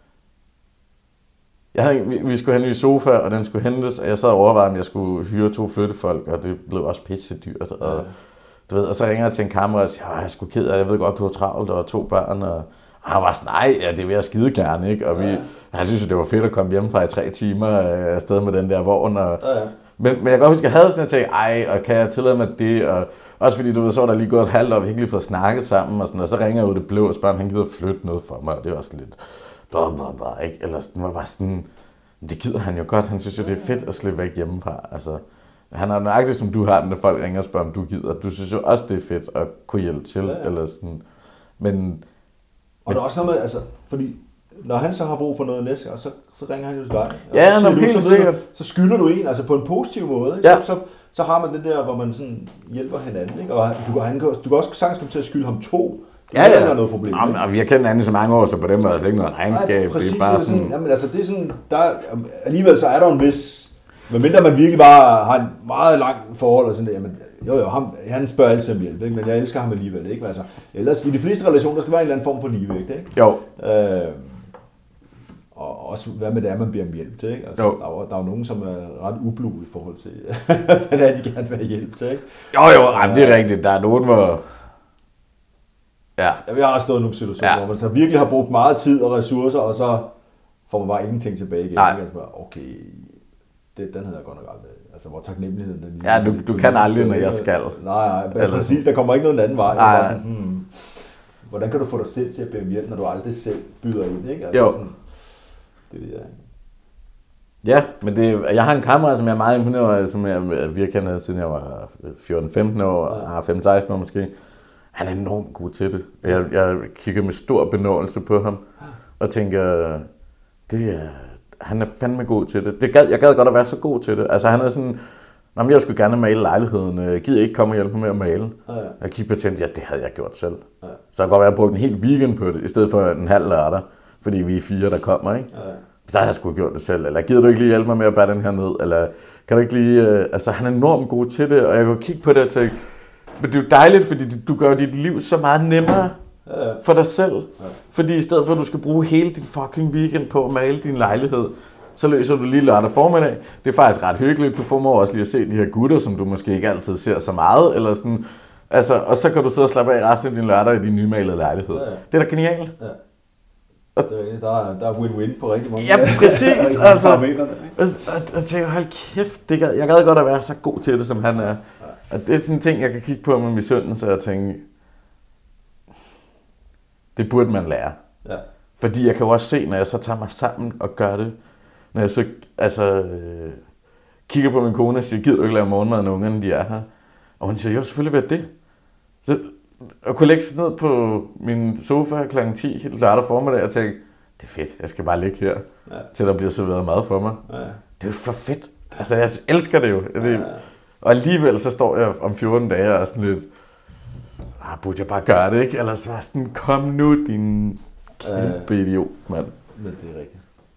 vi skulle have en ny sofa, og den skulle hentes, og jeg sad og overvejede, om jeg skulle hyre 2 flyttefolk, og det blev også pisse dyrt. Og, du ved, og så ringer jeg til en kammerat og siger, jeg er sgu ked af, jeg ved godt, du har travlt, og 2 børn, og han var sådan, nej, det vil jeg skide gerne, ikke? Og han synes jo, det var fedt at komme hjem fra i 3 timer afsted med den der vogn. Og, men jeg kan godt huske, at jeg havde sådan en ting, og kan jeg tillade mig det? Og også fordi, du ved, så var der lige gået et halvt år, vi har ikke lige fået snakket sammen, og sådan, og så ringer jeg ud det blå og spørger, om han gider flytte noget for mig, og det var sådan lidt, ikke? Eller sådan, var bare sådan, det gider han jo godt, han synes jo, det er fedt at slippe væk hjemmefra, altså. Han er nøjagtigt, som du har, når folk ringer og spørger, om du gider. Du synes jo også, det er fedt at kunne hjælpe til, eller sådan, men... Og der er også noget med, altså, fordi når han så har brug for noget næste gang, så ringer han jo til dig. Ja, helt sikkert. Så skylder du en, altså på en positiv måde, ikke? Ja. Så har man den der, hvor man sådan hjælper hinanden, ikke? Og du kan også sagtens komme til at skylde ham 2. Der er noget problem. Jamen, vi har kendt anden så mange år, så på dem er der slet ikke noget regnskab. Præcis, det er bare sådan... Jamen, altså, det er sådan, alligevel så er der en vis... Medmindre man virkelig bare har en meget lang forhold og sådan der, jamen, han spørger altid om hjælp, ikke? Men jeg elsker ham alligevel, ikke? Altså, ellers i de fleste relationer, der skal være en eller anden form for ligevægt, ikke? Jo. Og også hvad med det er, man beder om hjælp til, ikke? Altså, der er jo nogen, som er ret ublu i forhold til, hvad det er, de gerne vil have hjælp til, ikke? Jo, det er rigtigt. Der er nogen, hvor... Ja. Jeg har stået i nogle situationer, hvor man så virkelig har brugt meget tid og ressourcer, og så får man bare ingenting tilbage igen. Nej. Altså, okay, den havde jeg godt nok aldrig. Altså, hvor taknemmeligheden... Den du kan aldrig, når jeg skal. Nej, præcis. Der kommer ikke noget anden vej. Nej. Sådan, hvordan kan du få dig selv til at bede om hjælp, når du aldrig selv byder ind, ikke? Altså, sådan, det er det, Ja, men jeg har en kammerat, som jeg er meget imponeret af, som vi har kendt siden jeg var 14-15 år, og 15-16 år måske. Han er enormt god til det. Jeg kigger med stor benådelse på ham, og tænker, han er fandme god til det. Jeg gad godt at være så god til det. Altså han er sådan, jeg skulle gerne male lejligheden, gider ikke komme og hjælpe mig med at male. Jeg kigger på tænkte, det havde jeg gjort selv. Så jeg kan godt være at bruge en hel weekend på det, i stedet for en halv lørdag, fordi vi er 4, der kommer, ikke? Så har jeg sgu gjort det selv. Eller gider du ikke lige hjælpe mig med at bære den her ned? Eller kan du ikke lige... altså han er enormt god til det, og jeg kan kigge på det og tænke, men det er jo dejligt, fordi du gør dit liv så meget nemmere for dig selv. Fordi i stedet for, at du skal bruge hele din fucking weekend på at male din lejlighed, så løser du lige lørdag formiddag. Det er faktisk ret hyggeligt. Du formår også lige at se de her gutter, som du måske ikke altid ser så meget. Eller sådan. Altså, og så kan du sidde og slappe af resten af din lørdag i din nymalede lejlighed. Det er da genialt. Der er win-win på rigtig mange. Ja, præcis. Altså, jeg tænker, hold kæft, jeg gad godt at være så god til det, som han er. Og det er sådan en ting, jeg kan kigge på med misundelse og tænke, det burde man lære. Ja. Fordi jeg kan jo også se, når jeg så tager mig sammen og gør det når jeg så kigger på min kone og siger, gider du ikke lave morgenmad, når ungerne de er her? Og hun siger, jo, selvfølgelig vil det. Så at kunne lægge sig ned på min sofa kl. 10 helt lørdag formiddag og tænke, det er fedt, jeg skal bare ligge her, til der bliver serveret mad for mig. Ja. Det er jo for fedt. Altså, jeg elsker det jo. Og alligevel så står jeg om 14 dage og er sådan lidt, burde jeg bare gøre det, ikke? Eller så var sådan, kom nu, din kæmpe idiot, mand. Men det er rigtigt.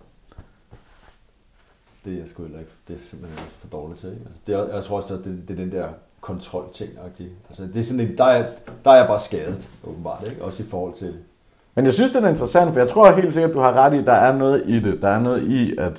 Det er jeg sgu heller ikke. Det er simpelthen for dårligt til, ikke? Altså, jeg tror også, at det er den der kontrolting-agtige. Altså, det er sådan en, der er jeg bare skadet, åbenbart, ikke? Også i forhold til... Men jeg synes, det er interessant, for jeg tror helt sikkert, du har ret i, at der er noget i det. Der er noget i, at...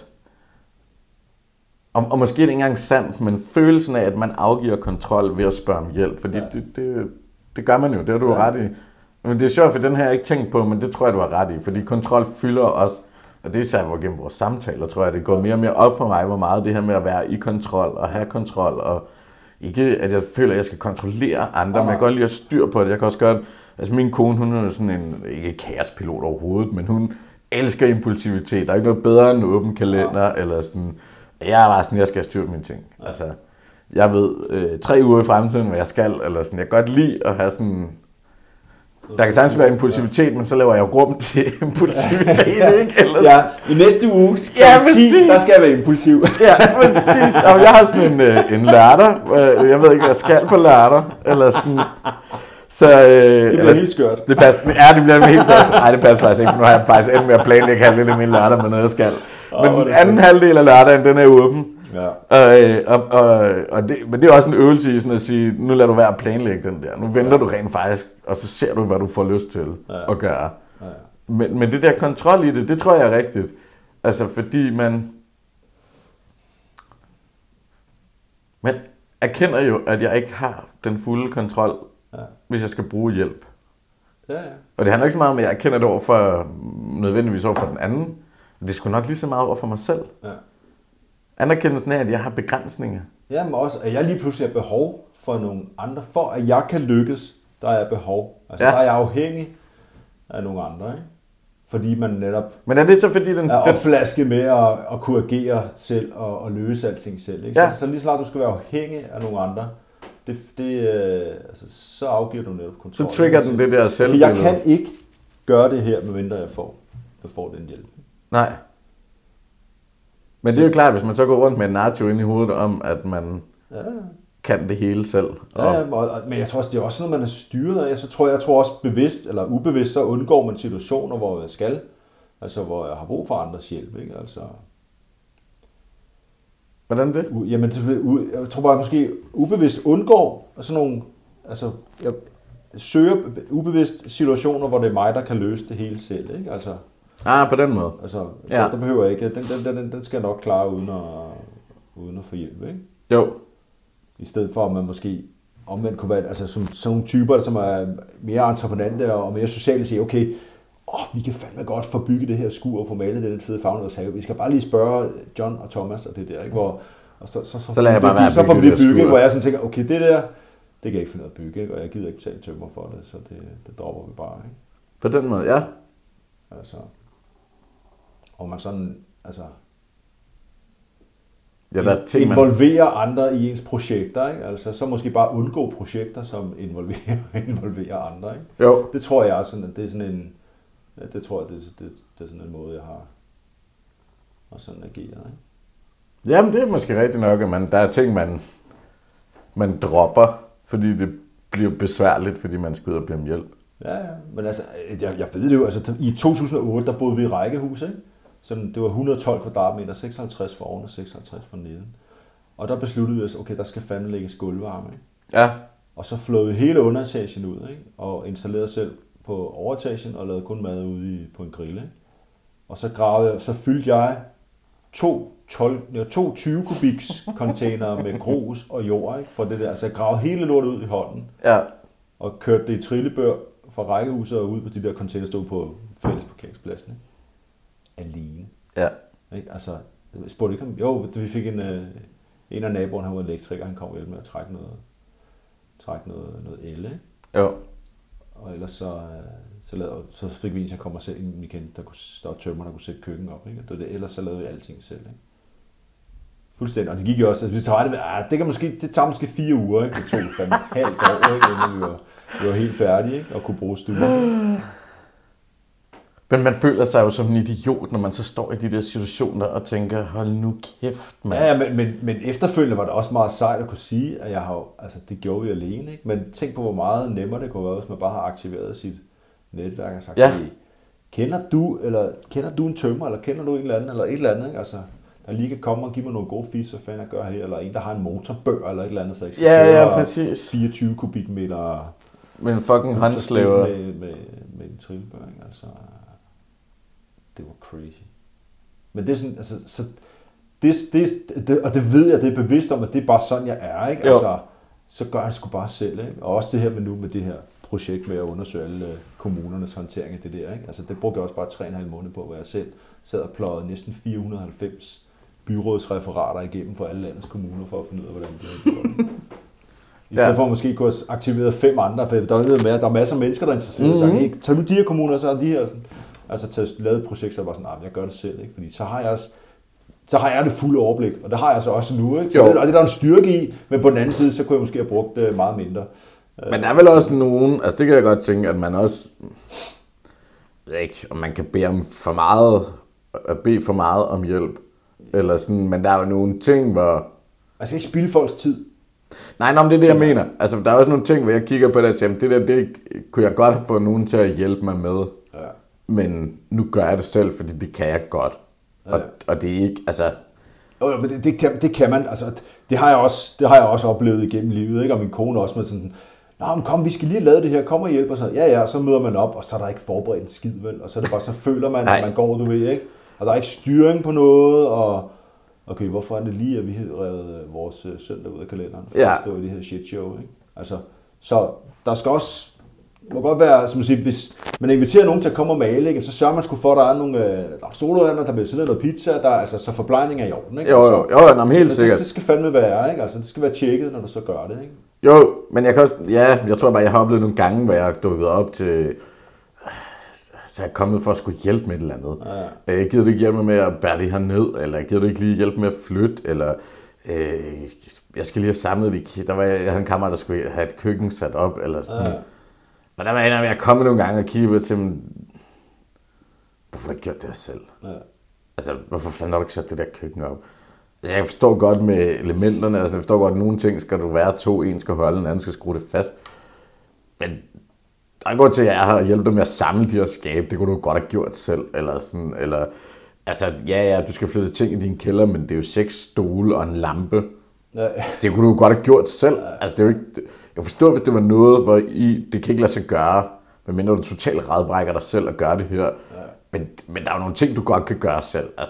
Og måske er det ikke engang sandt, men følelsen af, at man afgiver kontrol ved at spørge om hjælp. Fordi det gør man jo, det har du ret i. Men det er sjovt, for den her jeg ikke tænkt på, men det tror jeg, du har ret i. Fordi kontrol fylder også, og det er særligt gennem vores samtaler, tror jeg, det går mere og mere op for mig, hvor meget det her med at være i kontrol og have kontrol. Og ikke, at jeg føler, at jeg skal kontrollere andre, men jeg kan godt lide at styr på det. Jeg kan også godt... Altså min kone, hun er sådan en, ikke kaospilot overhovedet, men hun elsker impulsivitet. Der er ikke noget bedre end en åben kalender, eller sådan... Jeg er bare sådan, jeg skal styre mine ting. Altså, jeg ved 3 uger i fremtiden, hvad jeg skal, eller sådan. Jeg kan godt lide at have sådan... Der kan sagtens være impulsivitet, men så laver jeg rum til impulsivitet, ikke? Eller ja, i næste uge, 10, der skal jeg være impulsiv. Ja, præcis. Og jeg har sådan en lørdag. Jeg ved ikke, hvad jeg skal på lørdag, eller sådan... Så, det bliver helt skørt. Det passer, det bliver helt skørt. Nej, det passer faktisk ikke, for nu har jeg faktisk endt med at planlægge halvdelen af min lørdag med noget, jeg skal. Men den anden halvdel af lørdagen, den er åben. Ja. Men det er også en øvelse i sådan at sige, nu lader du være at planlægge den der. Nu venter du rent faktisk, og så ser du, hvad du får lyst til at gøre. Ja. Men det der kontrol i det tror jeg er rigtigt. Altså, fordi man erkender jo, at jeg ikke har den fulde kontrol, hvis jeg skal bruge hjælp. Ja. Og det handler ikke så meget om, at jeg erkender det nødvendigvis over for den anden. Det er sgu nok lige så meget over for mig selv. Ja. Anerkendelsen af, at jeg har begrænsninger. Ja, men også, at jeg lige pludselig har behov for nogle andre. For at jeg kan lykkes, der er behov. Altså, der er jeg afhængig af nogle andre, ikke? Fordi man netop men er det så fordi er opflasket med at kunne agere selv og løse alting selv, ikke? Ja. Så lige snart du skal være afhængig af nogle andre, altså, så afgiver du netop kontrol. Så trigger den det der selvbillede. Jeg kan ikke gøre det her, medmindre jeg får den hjælp. Nej. Men det er jo klart, hvis man så går rundt med en narrativ ind i hovedet om, at man kan det hele selv. Ja, men jeg tror også, det er også noget, man er styret af. Jeg tror også bevidst eller ubevidst, så undgår man situationer, hvor jeg skal. Altså, hvor jeg har brug for andres hjælp, ikke? Altså... Hvordan det? Jamen, jeg tror bare, måske ubevidst undgår sådan nogle... Altså, jeg søger ubevidst situationer, hvor det er mig, der kan løse det hele selv, ikke? Altså... på den måde. Altså, der behøver jeg ikke. Den skal jeg nok klare uden at få hjælp, ikke? Jo. I stedet for, at man måske omvendt kunne være, altså som sådan nogle typer, som er mere entreprenante og mere sociale, siger, okay, vi kan fandme godt få bygget det her skur og få malet den fede fagnedshave. Vi skal bare lige spørge John og Thomas og det der, ikke? Hvor, og så lader jeg bare være så får vi det bygget, hvor jeg sådan tænker, okay, det der, det kan jeg ikke finde ud af at bygge, ikke? Og jeg gider ikke tage tømmer for det, så det dropper vi bare, ikke? På den måde, ja. Altså, og man sådan, altså, involverer andre i ens projekter, ikke? Altså, så måske bare undgå projekter, som involverer andre, ikke? Jo. Det tror jeg sådan, det er sådan en, det tror jeg, det er sådan en måde, jeg har og sådan ageret, ikke? Jamen, det er måske rigtigt nok, at der er ting, man dropper, fordi det bliver besværligt, fordi man skal ud og bede om hjælp. Ja, men altså, jeg ved det jo, altså i 2008, der boede vi i rækkehus, ikke? Så det var 112 kvadratmeter, 56 for oven og 56 for neden. Og der besluttede vi os, okay, der skal fandme lægges gulvvarme, ikke? Ja. Og så flåede vi hele underetagen ud, ikke? Og installerede selv på overetagen og lavede kun mad ude på en grill, ikke? Og så fyldte jeg to 20 kubiks container med grus og jord, ikke? For det der. Altså jeg gravede hele lortet ud i hånden. Ja. Og kørte det i trillebør fra rækkehuset og ud på de der container, stod på fælles parkeringspladsen, ikke? Alene. Ja. Ikke? Altså, jeg spurgte ikke om... Jo, vi fik en af naboerne, han var elektriker, han kom hjælp med at trække noget el, ikke? Jo. Og ellers Så fik vi en, der kommer selv ind, vi kendte, der var tømmer, der kunne sætte køkken op. Ikke? Det, ellers så lavede vi alting selv. Ikke? Fuldstændig. Og det gik jo også, altså, vi tager det tager måske 4 uger, ikke? Det tog fandme halvt år, ikke? Inden vi var helt færdige, ikke? Og kunne bruge stuer. Men man føler sig jo som en idiot, når man så står i de der situationer og tænker, hold nu kæft, mand. Ja, men efterfølgende var det også meget sejt at kunne sige, at det gjorde vi alene, ikke? Men tænk på, hvor meget nemmere det kunne være, hvis man bare har aktiveret sit netværk og sagt, ja. Kender du en tømmer, eller kender du en eller anden, eller et eller andet, ikke? Altså, der lige kan komme og give mig nogle gode fis, hvad fanden jeg gør her, eller en, der har en motorbør, eller et eller andet, så jeg skal ja, præcis. 24 kubikmeter med en fucking håndslaver. Med en trillebør, ikke? Altså, det var crazy. Men det er sådan, altså, så det, og det ved jeg, det er bevidst om, at det er bare sådan, jeg er, ikke? Altså, så gør jeg det sgu bare selv, ikke? Og også det her med det her projekt med at undersøge alle kommunernes håndtering af det der, ikke? Altså, det brugte jeg også bare 3,5 måneder på, hvor jeg selv sad og pløjede næsten 490 byrådsreferater igennem for alle landets kommuner, for at finde ud af, hvordan det er gjort. I stedet for at måske kunne have aktiveret 5 andre, for der er masser af mennesker, der er interesseret. Så hey, tag nu de her kommuner, så er de her. Sådan. Altså lavet et projekt, så var sådan, jeg gør det selv, ikke? Fordi så har jeg det fulde overblik, og det har jeg så også nu, ikke? Og det er der en styrke i, men på den anden side, så kunne jeg måske have brugt det meget mindre. Men der er vel også nogen, altså det kan jeg godt tænke, at man også, jeg ved ikke, om man kan bede for meget om hjælp, eller sådan, men der er jo nogle ting, hvor... Man skal ikke spilde folks tid. Nej, men det er det, jeg mener. Altså, der er også nogle ting, hvor jeg kigger på det og tænker, det kunne jeg godt have fået nogen til at hjælpe mig med. Ja. Men nu gør jeg det selv, fordi det kan jeg godt. Ja. Og det er ikke, altså... Men det kan man, altså... Det har jeg også oplevet igennem livet, ikke? Og min kone også med sådan... Nå, men kom, vi skal lige lave det her, kom og hjælp os. Ja, så møder man op, og så er der ikke forberedt en skid, vel? Og så er det bare, så føler man, at man går, du ved, ikke? Og der er ikke styring på noget, og... Okay, hvorfor er det lige, at vi har revet vores søndag ud af kalenderen? For at stå i det her shit show, ikke? Altså, så der skal også... må godt være, som man siger, hvis man inviterer nogen til at komme og male, ikke? Så sørger man sgu for, at der er nogle solovander, der bliver serveret noget pizza, der, altså, så forplejning er i orden, ikke? Jo, helt sikkert. Det skal fandme være, ikke? Altså, det skal være tjekket, når du så gør det, ikke? Jo, men jeg kan også, jeg tror bare, jeg har oplevet nogle gange, hvor jeg har dukket op til, så jeg er kommet for at skulle hjælpe med et eller andet. Ja. Jeg gider ikke hjælpe med at bære det her ned, eller jeg gider ikke lige hjælpe med at flytte, eller jeg skal lige have samlet jeg havde en kammerat, der skulle have et køkken sat op, eller sådan. Ja. Men der var en af jeg kom nogle gange og kiggede til dem, hvorfor har du gjort det her selv? Ja. Altså, hvorfor fanden har du ikke sat det der køkken op? Altså, jeg forstår godt med elementerne, altså jeg forstår godt, at nogle ting skal du være 2, en skal holde, en anden skal skrue det fast. Men der er godt til, at jeg har hjulpet dig med at samle de her skabe, det kunne du godt have gjort selv, eller sådan, eller... Altså, du skal flytte ting i din kælder, men det er jo 6 stole og en lampe. Ja. Det kunne du godt have gjort selv. Altså, det er jo ikke... Jeg forstår, hvis det var noget, hvor det kan ikke lade sig gøre, medmindre du totalt radbrækker dig selv og gør det her. Ja. Men der er jo nogle ting, du godt kan gøre selv. Altså,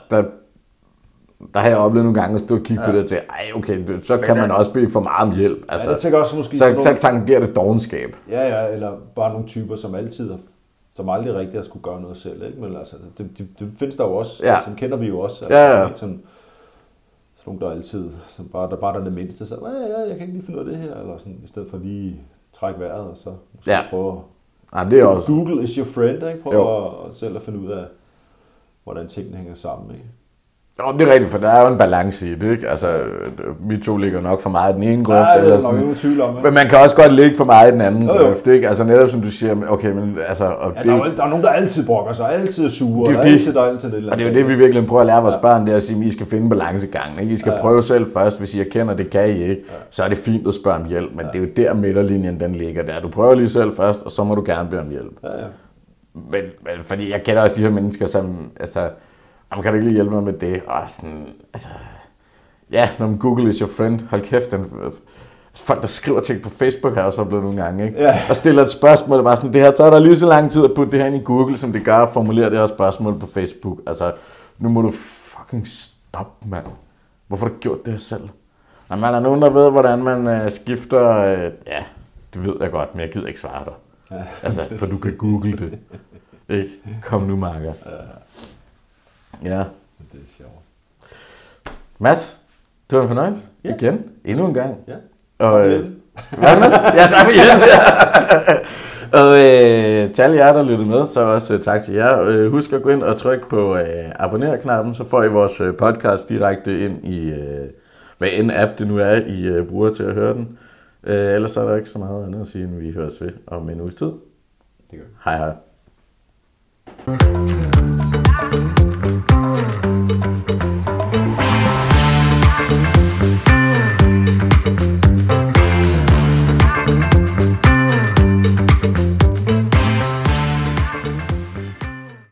der har jeg oplevet nogle gange at stå og kigge på det og tænke, okay, så kan man også bede for meget om hjælp. Altså, jeg tænker også måske så tangerer det dovenskab. Ja, eller bare nogle typer, som aldrig rigtig har skulle gøre noget selv. Ikke? Men altså, det findes der jo også, som kender vi jo også. Altså, sådan nogle, der altid, bare der er det mindste, så jeg kan ikke lige finde ud af det her, eller sådan, i stedet for lige trække vejret, og så prøve det er også... Google is your friend, ikke? Prøv at selv at finde ud af, hvordan tingene hænger sammen, ikke? Jo, det er rigtigt, for der er jo en balance i det, ikke? Altså, vi to ligger nok for meget i den ene grøft, eller sådan. Nok tvivl om, men man kan også godt ligge for meget i den anden grøft, ikke? Altså netop som du siger, okay, men altså... der er nogen, der altid brokker sig, altid er sure, og altid det eller og det er jo det, vi virkelig prøver at lære vores børn, det er at sige, at I skal finde balancegangen, ikke? I skal prøve selv først, hvis I erkender, det kan I ikke, så er det fint at spørge om hjælp, men det er jo der midterlinjen, den ligger der. Du prøver lige selv først, og så må du gerne bede om hjælp. Men fordi jeg kender også de her mennesker, som... Altså, kan du ikke lige hjælpe mig med det? Og sådan, altså... Ja, når man Google is your friend, hold kæft, folk, der skriver ting på Facebook, har jeg også oplevet nogle gange, ikke? Og stiller et spørgsmål, bare sådan, det her tager der lige så lang tid at putte det her ind i Google, som det gør at formulere det her spørgsmål på Facebook. Altså, nu må du fucking stoppe, mand. Hvorfor har du gjort det her selv? Når man er nogen, der ved, hvordan man skifter... det ved jeg godt, men jeg gider ikke svare dig. Altså, for du kan google det. Ikke? Kom nu, Marker. Ja. Det er sjovt. Mads, det var en fornøjelse. Igen. Endnu en gang. Ja. Og, hvad med? Ja, tak for hjælp. Og til alle jer, der lyttede med, så også tak til jer. Husk at gå ind og trykke på abonner-knappen, så får I vores podcast direkte ind i, hvad end app det nu er, I bruger til at høre den. Ellers er der ikke så meget andet at sige, end vi høres ved om en uges tid. Det gør vi. Hej hej.